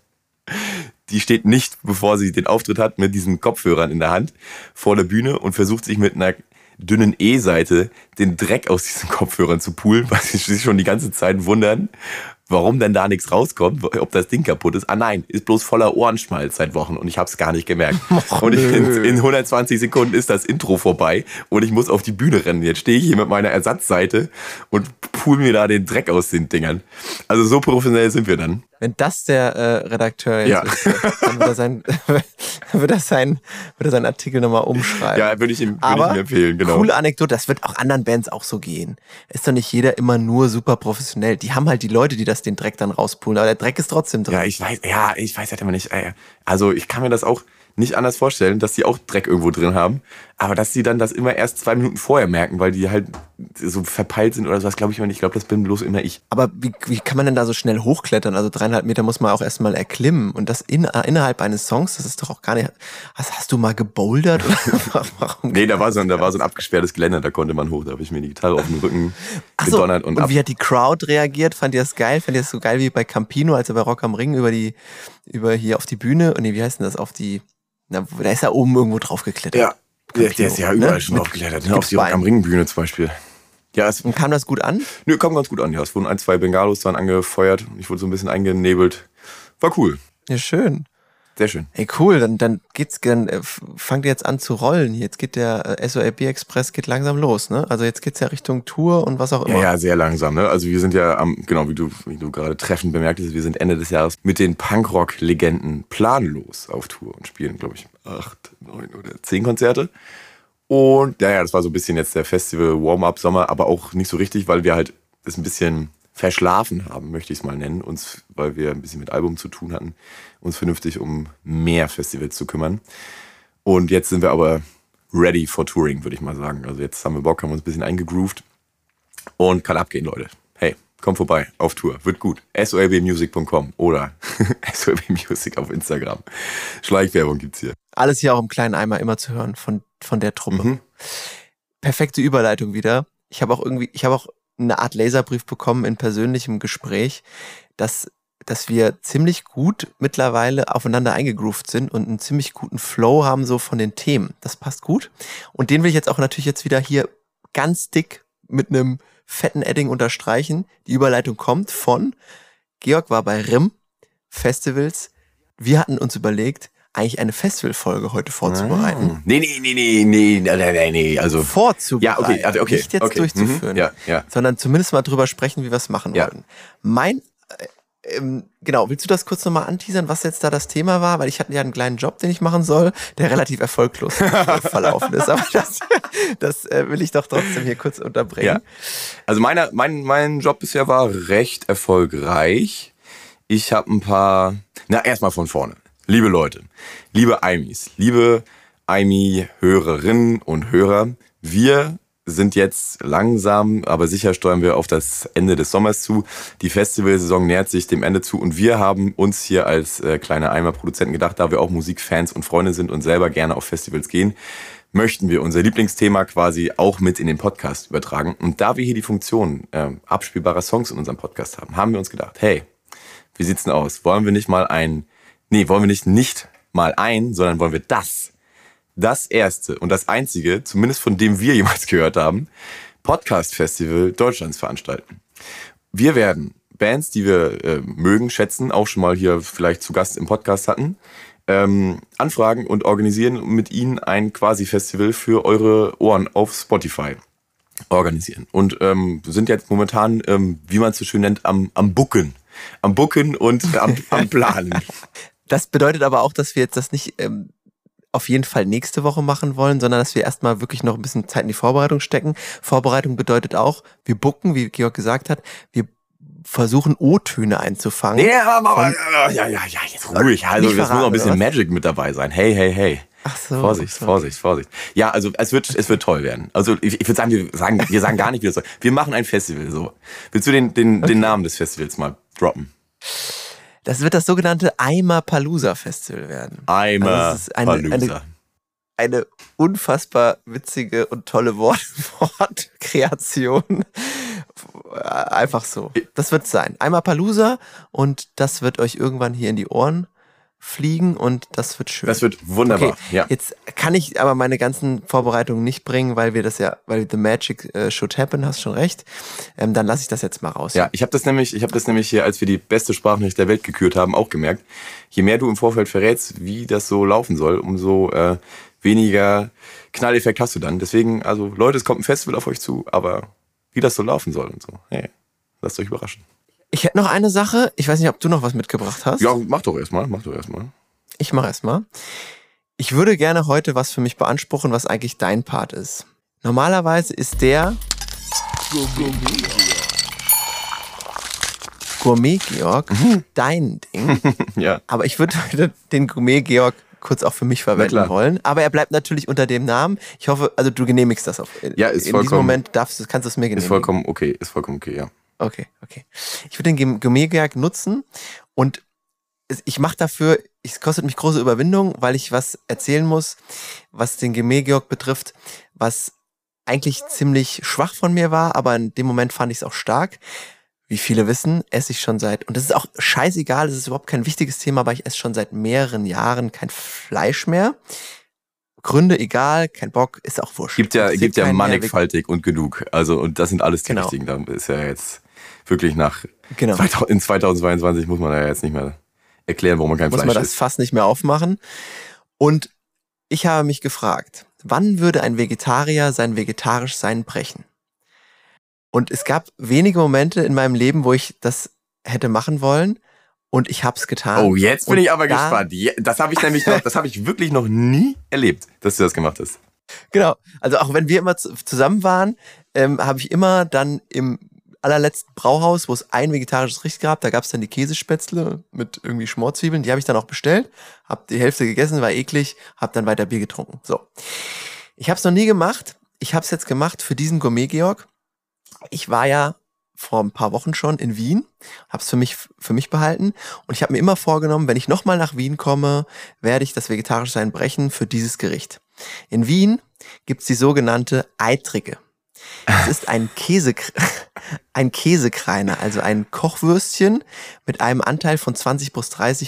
die steht nicht, bevor sie den Auftritt hat, mit diesen Kopfhörern in der Hand vor der Bühne und versucht sich mit einer dünnen E-Seite den Dreck aus diesen Kopfhörern zu poolen, weil sie sich schon die ganze Zeit wundern, warum denn da nichts rauskommt, ob das Ding kaputt ist. Ah nein, ist bloß voller Ohrenschmalz seit Wochen und ich habe es gar nicht gemerkt. Och, und ich, in, nö. in hundertzwanzig Sekunden ist das Intro vorbei und ich muss auf die Bühne rennen. Jetzt stehe ich hier mit meiner Ersatzseite und pool mir da den Dreck aus den Dingern. Also so professionell sind wir dann. Wenn das der äh, Redakteur jetzt Ja. ist, dann wird er, sein, wird, er sein, wird er seinen Artikel nochmal umschreiben. Ja, würde ich ihm, würde ich Aber ihm empfehlen, genau. coole Anekdote, das wird auch anderen Bands auch so gehen. Ist doch nicht jeder immer nur super professionell. Die haben halt die Leute, die das den Dreck dann rauspulen, aber der Dreck ist trotzdem drin. Ja, ich weiß, ja, ich weiß halt immer nicht. Also ich kann mir das auch nicht anders vorstellen, dass die auch Dreck irgendwo drin haben, aber dass die dann das immer erst zwei Minuten vorher merken, weil die halt so verpeilt sind oder sowas, glaube ich immer nicht. Ich glaube, das bin bloß immer ich. Aber wie, wie kann man denn da so schnell hochklettern? Also dreieinhalb Meter muss man auch erstmal erklimmen und das in, innerhalb eines Songs, das ist doch auch gar nicht... Hast, hast du mal gebouldert? Oder warum? Nee, da war so ein, da war so ein abgesperrtes Geländer, da konnte man hoch. Da habe ich mir die Gitarre auf den Rücken Ach so, gedonnert und, und ab. wie hat die Crowd reagiert? Fand ihr das geil? Fand ihr das so geil wie bei Campino, als er bei Rock am Ring über die, über hier auf die Bühne, und nee, wie heißt denn das, auf die, na, da ist er oben irgendwo drauf geklettert. Ja, der, der ist ja überall ne? schon Mit- aufgeklettert, ne? mit Auf die Rock am Beinen. Ring Bühne zum Beispiel. Ja, es Und kam das gut an? nö, kam ganz gut an. Ja, es wurden ein, zwei Bengalos dann angefeuert. Ich wurde so ein bisschen eingenebelt. War cool. Ja, schön. Sehr schön. Ey, cool, dann, dann geht's, dann äh, fangt ihr jetzt an zu rollen. Jetzt geht der äh, S O L B Express geht langsam los, ne? Also jetzt geht's ja Richtung Tour und was auch immer. Ja, ja, sehr langsam, ne? Also wir sind ja am, genau, wie du, wie du gerade treffend bemerkt hast, wir sind Ende des Jahres mit den Punkrock-Legenden planlos auf Tour und spielen, glaube ich, acht, neun oder zehn Konzerte. Und ja, ja, das war so ein bisschen jetzt der Festival-Warm-Up-Sommer, aber auch nicht so richtig, weil wir halt das ein bisschen verschlafen haben, möchte ich es mal nennen, uns, weil wir ein bisschen mit Album zu tun hatten, uns vernünftig um mehr Festivals zu kümmern. Und jetzt sind wir aber ready for Touring, würde ich mal sagen. Also jetzt haben wir Bock, haben uns ein bisschen eingegroovt und kann abgehen, Leute. Hey, kommt vorbei auf Tour, wird gut. S O L B music punkt com oder S O L B Music auf Instagram. Schleichwerbung gibt's hier. Alles hier auch im kleinen Eimer immer zu hören von, von der Truppe. Mhm. Perfekte Überleitung wieder. Ich habe auch irgendwie, ich habe auch eine Art Laserbrief bekommen in persönlichem Gespräch, dass, dass wir ziemlich gut mittlerweile aufeinander eingegroovt sind und einen ziemlich guten Flow haben so von den Themen. Das passt gut. Und den will ich jetzt auch natürlich jetzt wieder hier ganz dick mit einem fetten Edding unterstreichen. Die Überleitung kommt von Georg war bei R I M Festivals. Wir hatten uns überlegt, eigentlich eine Festivalfolge heute vorzubereiten. Ah. Nee, nee, nee, nee, nee, nee, nee, nee, also. Vorzubereiten. Ja, okay, also okay. Nicht jetzt okay. durchzuführen, Mhm. Ja, ja. sondern zumindest mal drüber sprechen, wie wir es machen Ja. wollen. Mein, äh, ähm, genau, willst du das kurz nochmal anteasern, was jetzt da das Thema war? Weil ich hatte ja einen kleinen Job, den ich machen soll, der relativ erfolglos verlaufen ist. Aber das, das äh, will ich doch trotzdem hier kurz unterbringen. Ja. Also meine, mein, mein Job bisher war recht erfolgreich. Ich habe ein paar, na erstmal von vorne. Liebe Leute, liebe I M Is, liebe I M I-Hörerinnen und Hörer, wir sind jetzt langsam, aber sicher steuern wir auf das Ende des Sommers zu. Die Festivalsaison nähert sich dem Ende zu und wir haben uns hier als äh, kleine Eimer-Produzenten gedacht, da wir auch Musikfans und Freunde sind und selber gerne auf Festivals gehen, möchten wir unser Lieblingsthema quasi auch mit in den Podcast übertragen. Und da wir hier die Funktion äh, abspielbarer Songs in unserem Podcast haben, haben wir uns gedacht, hey, wie sieht's denn aus? Wollen wir nicht mal ein Nee, wollen wir nicht nicht mal ein, sondern wollen wir das, das erste und das einzige, zumindest von dem wir jemals gehört haben, Podcast-Festival Deutschlands veranstalten. Wir werden Bands, die wir äh, mögen, schätzen, auch schon mal hier vielleicht zu Gast im Podcast hatten, ähm, anfragen und organisieren mit ihnen ein Quasi-Festival für eure Ohren auf Spotify organisieren. Und ähm, sind jetzt momentan, ähm, wie man es so schön nennt, am, am Bucken. Am Bucken und am, am Planen. Das bedeutet aber auch, dass wir jetzt das nicht ähm, auf jeden Fall nächste Woche machen wollen, sondern dass wir erstmal wirklich noch ein bisschen Zeit in die Vorbereitung stecken. Vorbereitung bedeutet auch, wir bucken, wie Georg gesagt hat, wir versuchen O-Töne einzufangen. Ja, aber, ja, ja, ja, jetzt ruhig. Also, Nicht das muss noch ein bisschen verraten, Magic mit dabei sein. Hey, hey, hey. Ach so. Vorsicht, so. Vorsicht, Vorsicht. Ja, also es wird, es wird toll werden. Also ich, ich würde sagen, wir sagen, wir sagen gar nicht, wie das soll. Wir machen ein Festival. So. Willst du den, den, Okay. den Namen des Festivals mal droppen? Das wird das sogenannte Eimer-Palooza Festival werden. Eimer Also es ist eine, Palooza. eine, eine unfassbar witzige und tolle Wort Wortkreation. Einfach so. Das wird sein. Eimer-Palooza und das wird euch irgendwann hier in die Ohren fliegen und das wird schön. Das wird wunderbar. Okay, Ja. jetzt kann ich aber meine ganzen Vorbereitungen nicht bringen, weil wir das ja, weil the magic äh, should happen, hast schon recht. Ähm, dann lasse ich das jetzt mal raus. Ja, ich habe das nämlich, ich habe das nämlich hier, als wir die beste Sprachnachricht der Welt gekürt haben, auch gemerkt. Je mehr du im Vorfeld verrätst, wie das so laufen soll, umso äh, weniger Knalleffekt hast du dann. Deswegen, also Leute, es kommt ein Festival auf euch zu, aber wie das so laufen soll und so, hey, lasst euch überraschen. Ich hätte noch eine Sache. Ich weiß nicht, ob du noch was mitgebracht hast. Ja, mach doch erstmal, mach doch erstmal. Ich mache erstmal. Ich würde gerne heute was für mich beanspruchen, was eigentlich dein Part ist. Normalerweise ist der Gourmet-Georg dein Ding. Ja. Aber ich würde heute den Gourmet-Georg kurz auch für mich verwenden klar. wollen. Aber er bleibt natürlich unter dem Namen. Ich hoffe, also du genehmigst das auf. Ja, ist In vollkommen- diesem Moment darfst du, kannst du es mir genehmigen. Ist vollkommen okay, ist vollkommen okay, ja. Okay, okay. Ich würde den Gourmet-Georg nutzen und es- ich mache dafür, es kostet mich große Überwindung, weil ich was erzählen muss, was den Gourmet-Georg betrifft, was eigentlich ziemlich schwach von mir war, aber in dem Moment fand ich es auch stark. Wie viele wissen, esse ich schon seit, und das ist auch scheißegal, das ist überhaupt kein wichtiges Thema, aber ich esse schon seit mehreren Jahren kein Fleisch mehr. Gründe egal, kein Bock, ist auch wurscht. Gibt ja, Interessiert gibt ja keinen mehr. mannigfaltig und genug. Also, und das sind alles die Genau. richtigen. Da ist ja jetzt wirklich nach, Genau. in zweitausendzweiundzwanzig muss man ja jetzt nicht mehr erklären, warum man kein muss Fleisch man das isst. Fass nicht mehr aufmachen. Und ich habe mich gefragt, wann würde ein Vegetarier sein Vegetarischsein brechen? Und es gab wenige Momente in meinem Leben, wo ich das hätte machen wollen. Und ich hab's getan. Oh, jetzt bin Und ich aber da, gespannt. Je- Das habe ich nämlich noch, das habe ich wirklich noch nie erlebt, dass du das gemacht hast. Genau. Also auch wenn wir immer zu, zusammen waren, ähm, habe ich immer dann im allerletzten Brauhaus, wo es ein vegetarisches Gericht gab, da gab es dann die Käsespätzle mit irgendwie Schmorzwiebeln. Die habe ich dann auch bestellt, habe die Hälfte gegessen, war eklig, habe dann weiter Bier getrunken. So. Ich habe es noch nie gemacht. Ich habe es jetzt gemacht für diesen Gourmet-Georg. Ich war ja vor ein paar Wochen schon in Wien, habe es für mich, für mich behalten und ich habe mir immer vorgenommen, wenn ich nochmal nach Wien komme, werde ich das Vegetarischsein brechen für dieses Gericht. In Wien gibt's die sogenannte Eitrige. Es ist ein Käse, ein Käsekreiner, also ein Kochwürstchen mit einem Anteil von zwanzig bis dreißig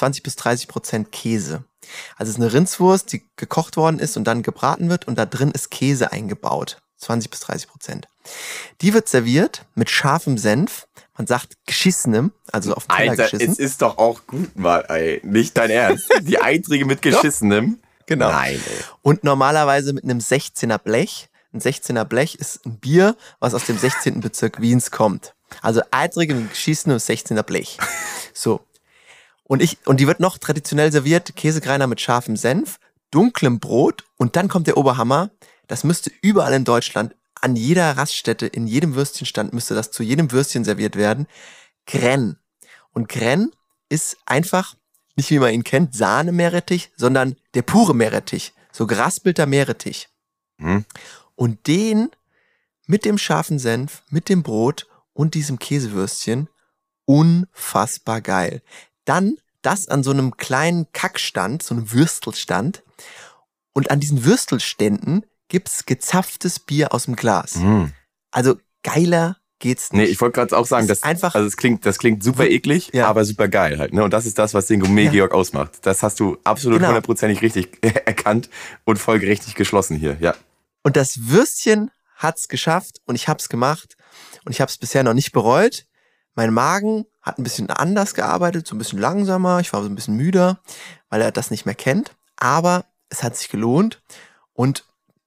Prozent Käse. Also es ist eine Rindswurst, die gekocht worden ist und dann gebraten wird und da drin ist Käse eingebaut. zwanzig bis dreißig Prozent. Die wird serviert mit scharfem Senf. Man sagt geschissenem, also auf den Teller Alter, geschissen. es ist doch auch gut mal, ey. Nicht dein Ernst. Die Eitrige mit geschissenem. Genau. Nein, ey. Und normalerweise mit einem sechzehner Blech. Ein sechzehner Blech ist ein Bier, was aus dem sechzehnten Bezirk Wiens kommt. Also Eitrige mit geschissenem sechzehner Blech. So. Und ich, und die wird noch traditionell serviert, Käsekreiner mit scharfem Senf, dunklem Brot und dann kommt der Oberhammer. Das müsste überall in Deutschland, an jeder Raststätte, in jedem Würstchenstand müsste das zu jedem Würstchen serviert werden. Grenn. Und Grenn ist einfach, nicht wie man ihn kennt, Sahne-Meerrettich, sondern der pure Meerrettich. So geraspelter Meerrettich. Hm. Und den mit dem scharfen Senf, mit dem Brot und diesem Käsewürstchen, unfassbar geil. Dann das an so einem kleinen Kackstand, so einem Würstelstand. Und an diesen Würstelständen gibt's gezapftes Bier aus dem Glas. Hm. Also geiler geht's nicht. Nee, ich wollte gerade auch sagen, Das das, ist einfach- also es klingt, das klingt super eklig, Ja. aber super geil halt. Ne? Und das ist das, was den Gourmet-Georg ausmacht. Das hast du absolut Genau. hundertprozentig richtig erkannt und folgerichtig geschlossen hier. Ja. Und das Würstchen hat's geschafft und ich hab's gemacht und ich hab's bisher noch nicht bereut. Mein Magen hat ein bisschen anders gearbeitet, so ein bisschen langsamer. Ich war so ein bisschen müder, weil er das nicht mehr kennt. Aber es hat sich gelohnt und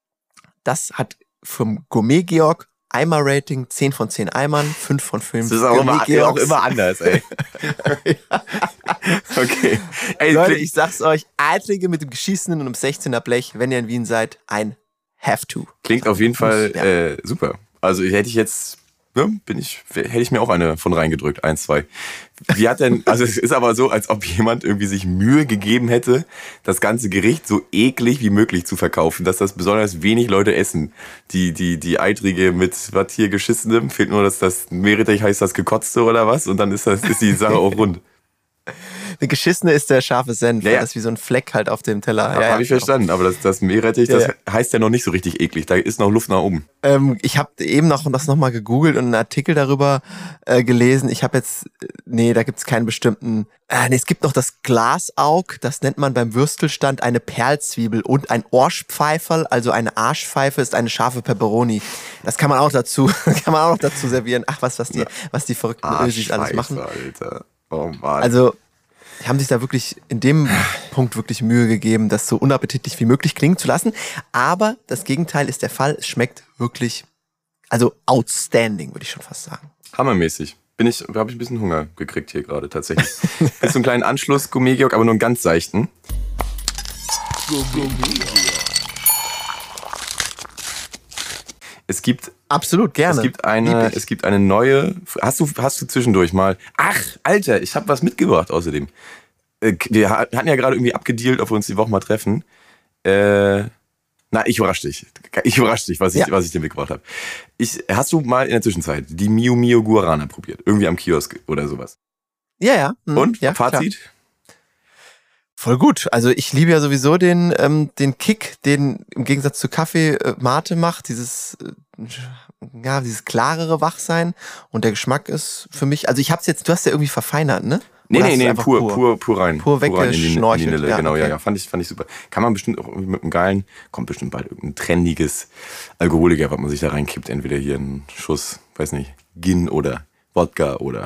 das hat vom Gourmet-Georg Eimer-Rating zehn von zehn Eimern, fünf von fünf. Das ist auch immer, auch Gourmet-Georgs. immer anders, ey. Okay. Ey, Leute, klingt- ich sag's euch, Eitlige mit dem geschissenen und einem sechzehner Blech, wenn ihr in Wien seid, ein have to. Klingt auf jeden Fall Ja. äh, super. Also hätte ich jetzt, ja, bin ich, hätte ich mir auch eine von reingedrückt, eins, zwei. Wie hat denn, also es ist aber so, als ob jemand irgendwie sich Mühe gegeben hätte, das ganze Gericht so eklig wie möglich zu verkaufen, dass das besonders wenig Leute essen. Die, die, die Eitrige mit was hier geschissenem, fehlt nur, dass das Meerrettich heißt das gekotzte oder was und dann ist das, ist die Sache auch rund. Eine geschissene ist der scharfe Senf, Ja, weil ja. das wie so ein Fleck halt auf dem Teller. Habe Ja, ja, ich genau. verstanden, aber das, das Meerrettich, Ja, das ja. heißt ja noch nicht so richtig eklig. Da ist noch Luft nach oben. Ähm, ich habe eben noch das nochmal gegoogelt und einen Artikel darüber äh, gelesen. Ich habe jetzt, äh, nee, da gibt's keinen bestimmten, äh, nee, es gibt noch das Glasaug, das nennt man beim Würstelstand eine Perlzwiebel und ein Orschpfeiferl, also eine Arschpfeife ist eine scharfe Pepperoni. Das kann man auch dazu, kann man auch noch dazu servieren. Ach, was, was die, was die verrückten Ösis alles machen. Alter. Oh Mann. Also, die haben sich da wirklich in dem Punkt wirklich Mühe gegeben, das so unappetitlich wie möglich klingen zu lassen. Aber das Gegenteil ist der Fall. Es schmeckt wirklich, also outstanding, würde ich schon fast sagen. Hammermäßig. Bin ich, habe ich ein bisschen Hunger gekriegt hier gerade tatsächlich. Ist so ein kleiner Anschluss, Gourmet-Georg, aber nur einen ganz seichten. Es gibt, Absolut, gerne. es gibt eine, Lieb ich. es gibt eine neue. Hast du, hast du zwischendurch mal? Ach, Alter, ich habe was mitgebracht außerdem. Äh, Wir hatten ja gerade irgendwie abgedealt, ob wir uns die Woche mal treffen. Äh, na, ich überrasche dich. Ich überrasche dich, was ich, Ja. was ich dir mitgebracht habe. Ich, hast du mal in der Zwischenzeit die Mio Mio Guarana probiert? Irgendwie am Kiosk oder sowas. Ja, ja. Mhm. Und? Ja, Fazit? klar. Voll gut. Also ich liebe ja sowieso den, ähm, den Kick, den im Gegensatz zu Kaffee äh, Mate macht. Dieses, äh, ja, dieses klarere Wachsein. Und der Geschmack ist für mich, also ich hab's jetzt, du hast ja irgendwie verfeinert, ne? Nee, Oder nee, hast du nee, einfach pur, pur, pur rein. Pur rein in die, in die weggeschnorchelt. Nille. Ja, Genau, ja, okay. ja. Fand ich, fand ich super. Kann man bestimmt auch irgendwie mit einem geilen, kommt bestimmt bald irgendein trendiges Alkoholiker, was man sich da reinkippt. Entweder hier einen Schuss, weiß nicht, Gin oder Wodka oder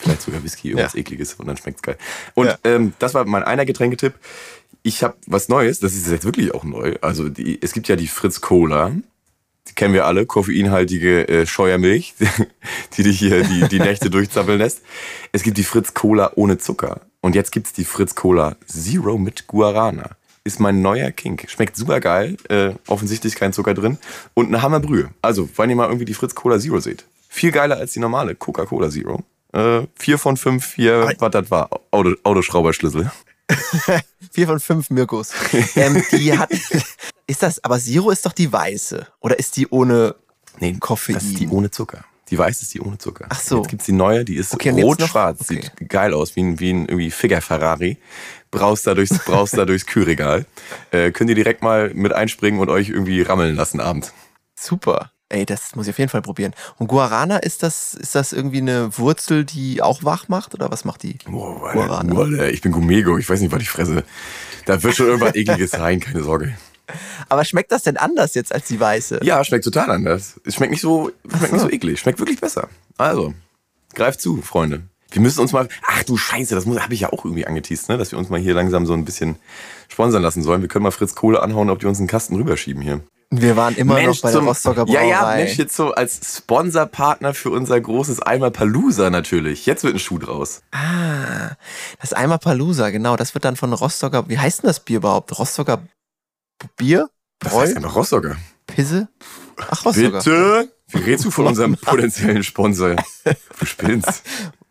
Vielleicht sogar Whisky, irgendwas Ja. Ekliges und dann schmeckt's geil. Und Ja. ähm, das war mein einer Getränketipp. Ich habe was Neues, das ist jetzt wirklich auch neu. Also die, es gibt ja die Fritz Cola. Die kennen wir alle, koffeinhaltige äh, Scheuermilch, die dich hier die, die Nächte durchzappeln lässt. Es gibt die Fritz Cola ohne Zucker. Und jetzt gibt's die Fritz Cola Zero mit Guarana. Ist mein neuer Kink. Schmeckt super geil. Äh, offensichtlich kein Zucker drin. Und eine Hammerbrühe. Also, wenn ihr mal irgendwie die Fritz Cola Zero seht. Viel geiler als die normale Coca-Cola Zero. Äh, vier von fünf, vier, was das war. Auto, Autoschrauberschlüssel. Vier von fünf Mirkos. ähm, die hat. Ist das, aber Zero ist doch die weiße. Oder ist die ohne Nee, Koffein? das ist die ohne Zucker. Die weiß ist die ohne Zucker. Ach so. Jetzt gibt's die neue, die ist Okay, und jetzt noch- rot-schwarz. okay. Sieht geil aus, wie ein, wie ein irgendwie Figur-Ferrari. Braust da durchs, braust da durchs Kühlregal. Äh, könnt ihr direkt mal mit einspringen und euch irgendwie rammeln lassen abends. Super. Ey, das muss ich auf jeden Fall probieren. Und Guarana, ist das, ist das irgendwie eine Wurzel, die auch wach macht? Oder was macht die? Boah, Guarana. Alter, ich bin Gumego, ich weiß nicht, was ich fresse. Da wird schon irgendwas Ekliges sein, keine Sorge. Aber schmeckt das denn anders jetzt als die weiße? Ja, schmeckt total anders. Es schmeckt nicht so, schmeckt nicht so eklig. Schmeckt wirklich besser. Also, greift zu, Freunde. Wir müssen uns mal, ach du Scheiße, das habe ich ja auch irgendwie angeteased, ne? Dass wir uns mal hier langsam so ein bisschen sponsern lassen sollen. Wir können mal Fritz Kohle anhauen, ob die uns einen Kasten rüberschieben hier. Wir waren immer noch bei der Rostocker Brauerei. Ja, ja, Mensch, jetzt so als Sponsorpartner für unser großes Eimer-Palooza natürlich. Jetzt wird ein Schuh draus. Ah, das Eimer Palooza, genau. Das wird dann von Rostocker, wie heißt denn das Bier überhaupt? Rostocker Bier? Das Bräu? heißt einfach Rostocker. Pisse? Ach, Rostocker. Bitte? Wie redest du von unserem potenziellen Sponsor? Du spinnst.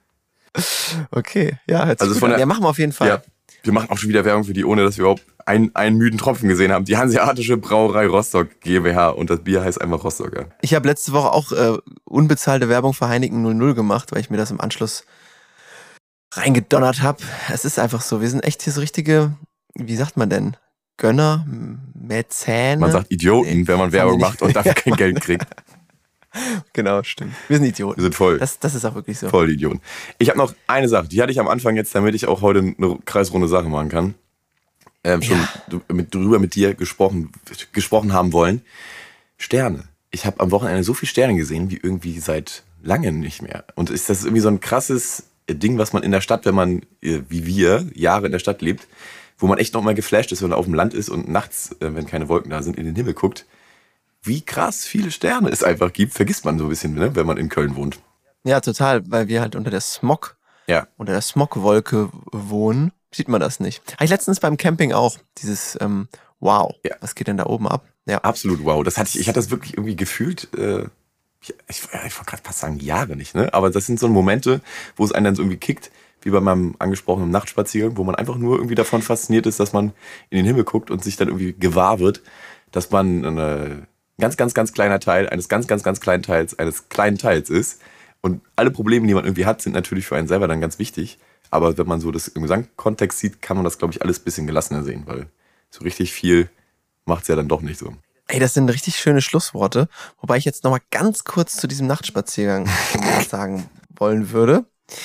Okay, ja, hört sich Also gut von an. der- Ja, machen wir auf jeden Fall. Ja, wir machen auch schon wieder Werbung für die, ohne dass wir überhaupt einen, einen müden Tropfen gesehen haben. Die Hanseatische Brauerei Rostock GmbH und das Bier heißt einfach Rostocker. Ich habe letzte Woche auch äh, unbezahlte Werbung für Heineken null null gemacht, weil ich mir das im Anschluss reingedonnert habe. Es ist einfach so, wir sind echt hier so richtige, wie sagt man denn, Gönner, Mäzene. Man sagt Idioten, Nee, wenn man kann Werbung man macht und dafür kein Geld kriegt. Genau, stimmt. Wir sind Wir Idioten. sind voll, Das, das ist auch wirklich so. voll die Idioten. Ich habe noch eine Sache, die hatte ich am Anfang jetzt, damit ich auch heute eine kreisrunde Sache machen kann. Ähm, schon du- mit, drüber mit dir gesprochen, gesprochen haben wollen. Sterne. Ich habe am Wochenende so viele Sterne gesehen, wie irgendwie seit langem nicht mehr. Und ist das irgendwie so ein krasses Ding, was man in der Stadt, wenn man, äh, wie wir, Jahre in der Stadt lebt, wo man echt noch mal geflasht ist, wenn man auf dem Land ist und nachts, äh, wenn keine Wolken da sind, in den Himmel guckt, wie krass viele Sterne es einfach gibt, vergisst man so ein bisschen, ne, wenn man in Köln wohnt. Ja, total, weil wir halt unter der Smog, Ja. unter der Smogwolke wohnen, sieht man das nicht. Habe ich letztens beim Camping auch, dieses, ähm, wow, Ja. was geht denn da oben ab? Ja. Absolut wow. Das hatte ich, ich hatte das wirklich irgendwie gefühlt, äh, ich, ich, ich wollte gerade fast sagen, Jahre nicht, ne? Aber das sind so Momente, wo es einen dann so irgendwie kickt, wie bei meinem angesprochenen Nachtspaziergang, wo man einfach nur irgendwie davon fasziniert ist, dass man in den Himmel guckt und sich dann irgendwie gewahr wird, dass man eine ganz, ganz, ganz kleiner Teil eines ganz, ganz, ganz kleinen Teils eines kleinen Teils ist. Und alle Probleme, die man irgendwie hat, sind natürlich für einen selber dann ganz wichtig. Aber wenn man so das im Gesamtkontext sieht, kann man das, glaube ich, alles ein bisschen gelassener sehen, weil so richtig viel macht's ja dann doch nicht so. Ey, das sind richtig schöne Schlussworte. Wobei ich jetzt nochmal ganz kurz zu diesem Nachtspaziergang was sagen wollen würde.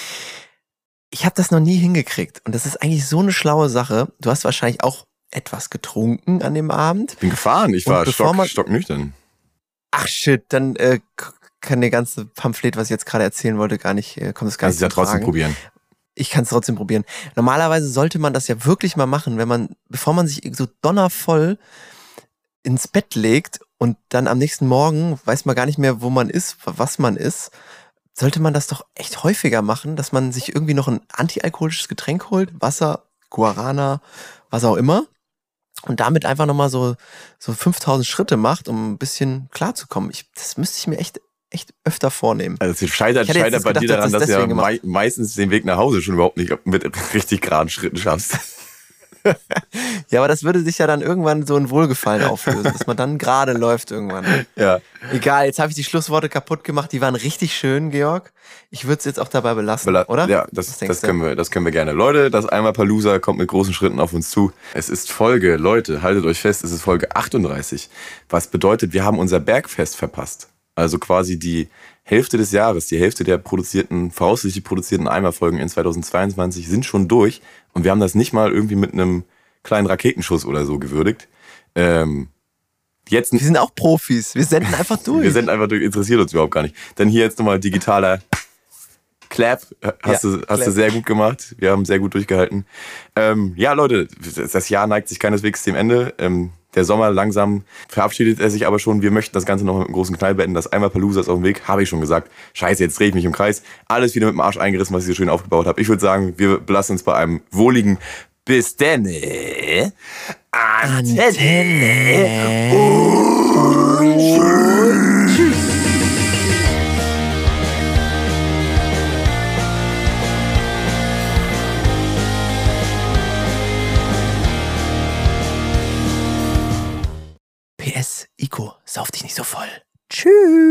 Ich habe das noch nie hingekriegt. Und das ist eigentlich so eine schlaue Sache. Du hast wahrscheinlich auch etwas getrunken an dem Abend. Ich bin gefahren, ich Und war bevor stock, man- stocknüchtern. Ach shit, dann äh, k- kann der ganze Pamphlet, was ich jetzt gerade erzählen wollte, gar nicht, äh, kommt es gar Kannst nicht es ja zum trotzdem Tragen. probieren. Ich kann es trotzdem probieren. Normalerweise sollte man das ja wirklich mal machen, wenn man, bevor man sich so donnervoll ins Bett legt und dann am nächsten Morgen weiß man gar nicht mehr, wo man ist, was man ist, sollte man das doch echt häufiger machen, dass man sich irgendwie noch ein antialkoholisches Getränk holt, Wasser, Guarana, was auch immer, und damit einfach nochmal so, so fünftausend Schritte macht, um ein bisschen klarzukommen. Ich, das müsste ich mir echt, echt öfter vornehmen. Also es scheitert, Ich hätte jetzt scheitert bei gedacht, dir dass daran, das dass du ja deswegen mei meistens den Weg nach Hause schon überhaupt nicht mit richtig geraden Schritten schaffst. Ja, aber das würde sich ja dann irgendwann so ein Wohlgefallen auflösen, dass man dann gerade läuft irgendwann. Ja. Egal, jetzt habe ich die Schlussworte kaputt gemacht. Die waren richtig schön, Georg. Ich würde es jetzt auch dabei belassen, Bela- oder? Ja, Was das, denkst das, du? können wir, das können wir gerne. Leute, das Eimer-Palooza kommt mit großen Schritten auf uns zu. Es ist Folge, Leute, haltet euch fest, es ist Folge achtunddreißig. Was bedeutet, wir haben unser Bergfest verpasst. Also quasi die Hälfte des Jahres, die Hälfte der produzierten, voraussichtlich produzierten Eimer-Folgen in zweitausendzweiundzwanzig sind schon durch. Und wir haben das nicht mal irgendwie mit einem kleinen Raketenschuss oder so gewürdigt. Ähm, jetzt Wir sind auch Profis. Wir senden einfach durch. Wir sind einfach durch, interessiert uns überhaupt gar nicht. Dann hier jetzt nochmal digitaler Clap, hast, Ja, du, hast Clap. du sehr gut gemacht. Wir haben sehr gut durchgehalten. Ähm, ja, Leute, das Jahr neigt sich keineswegs dem Ende. Ähm, der Sommer langsam verabschiedet er sich aber schon. Wir möchten das Ganze noch mit einem großen Knall beenden. Das einmal Palooza ist auf dem Weg, habe ich schon gesagt. Scheiße, jetzt drehe ich mich im Kreis. Alles wieder mit dem Arsch eingerissen, was ich so schön aufgebaut habe. Ich würde sagen, wir belassen uns bei einem wohligen Bis denn. Antenne. P S, Ico, sauf dich nicht so voll. Tschüss.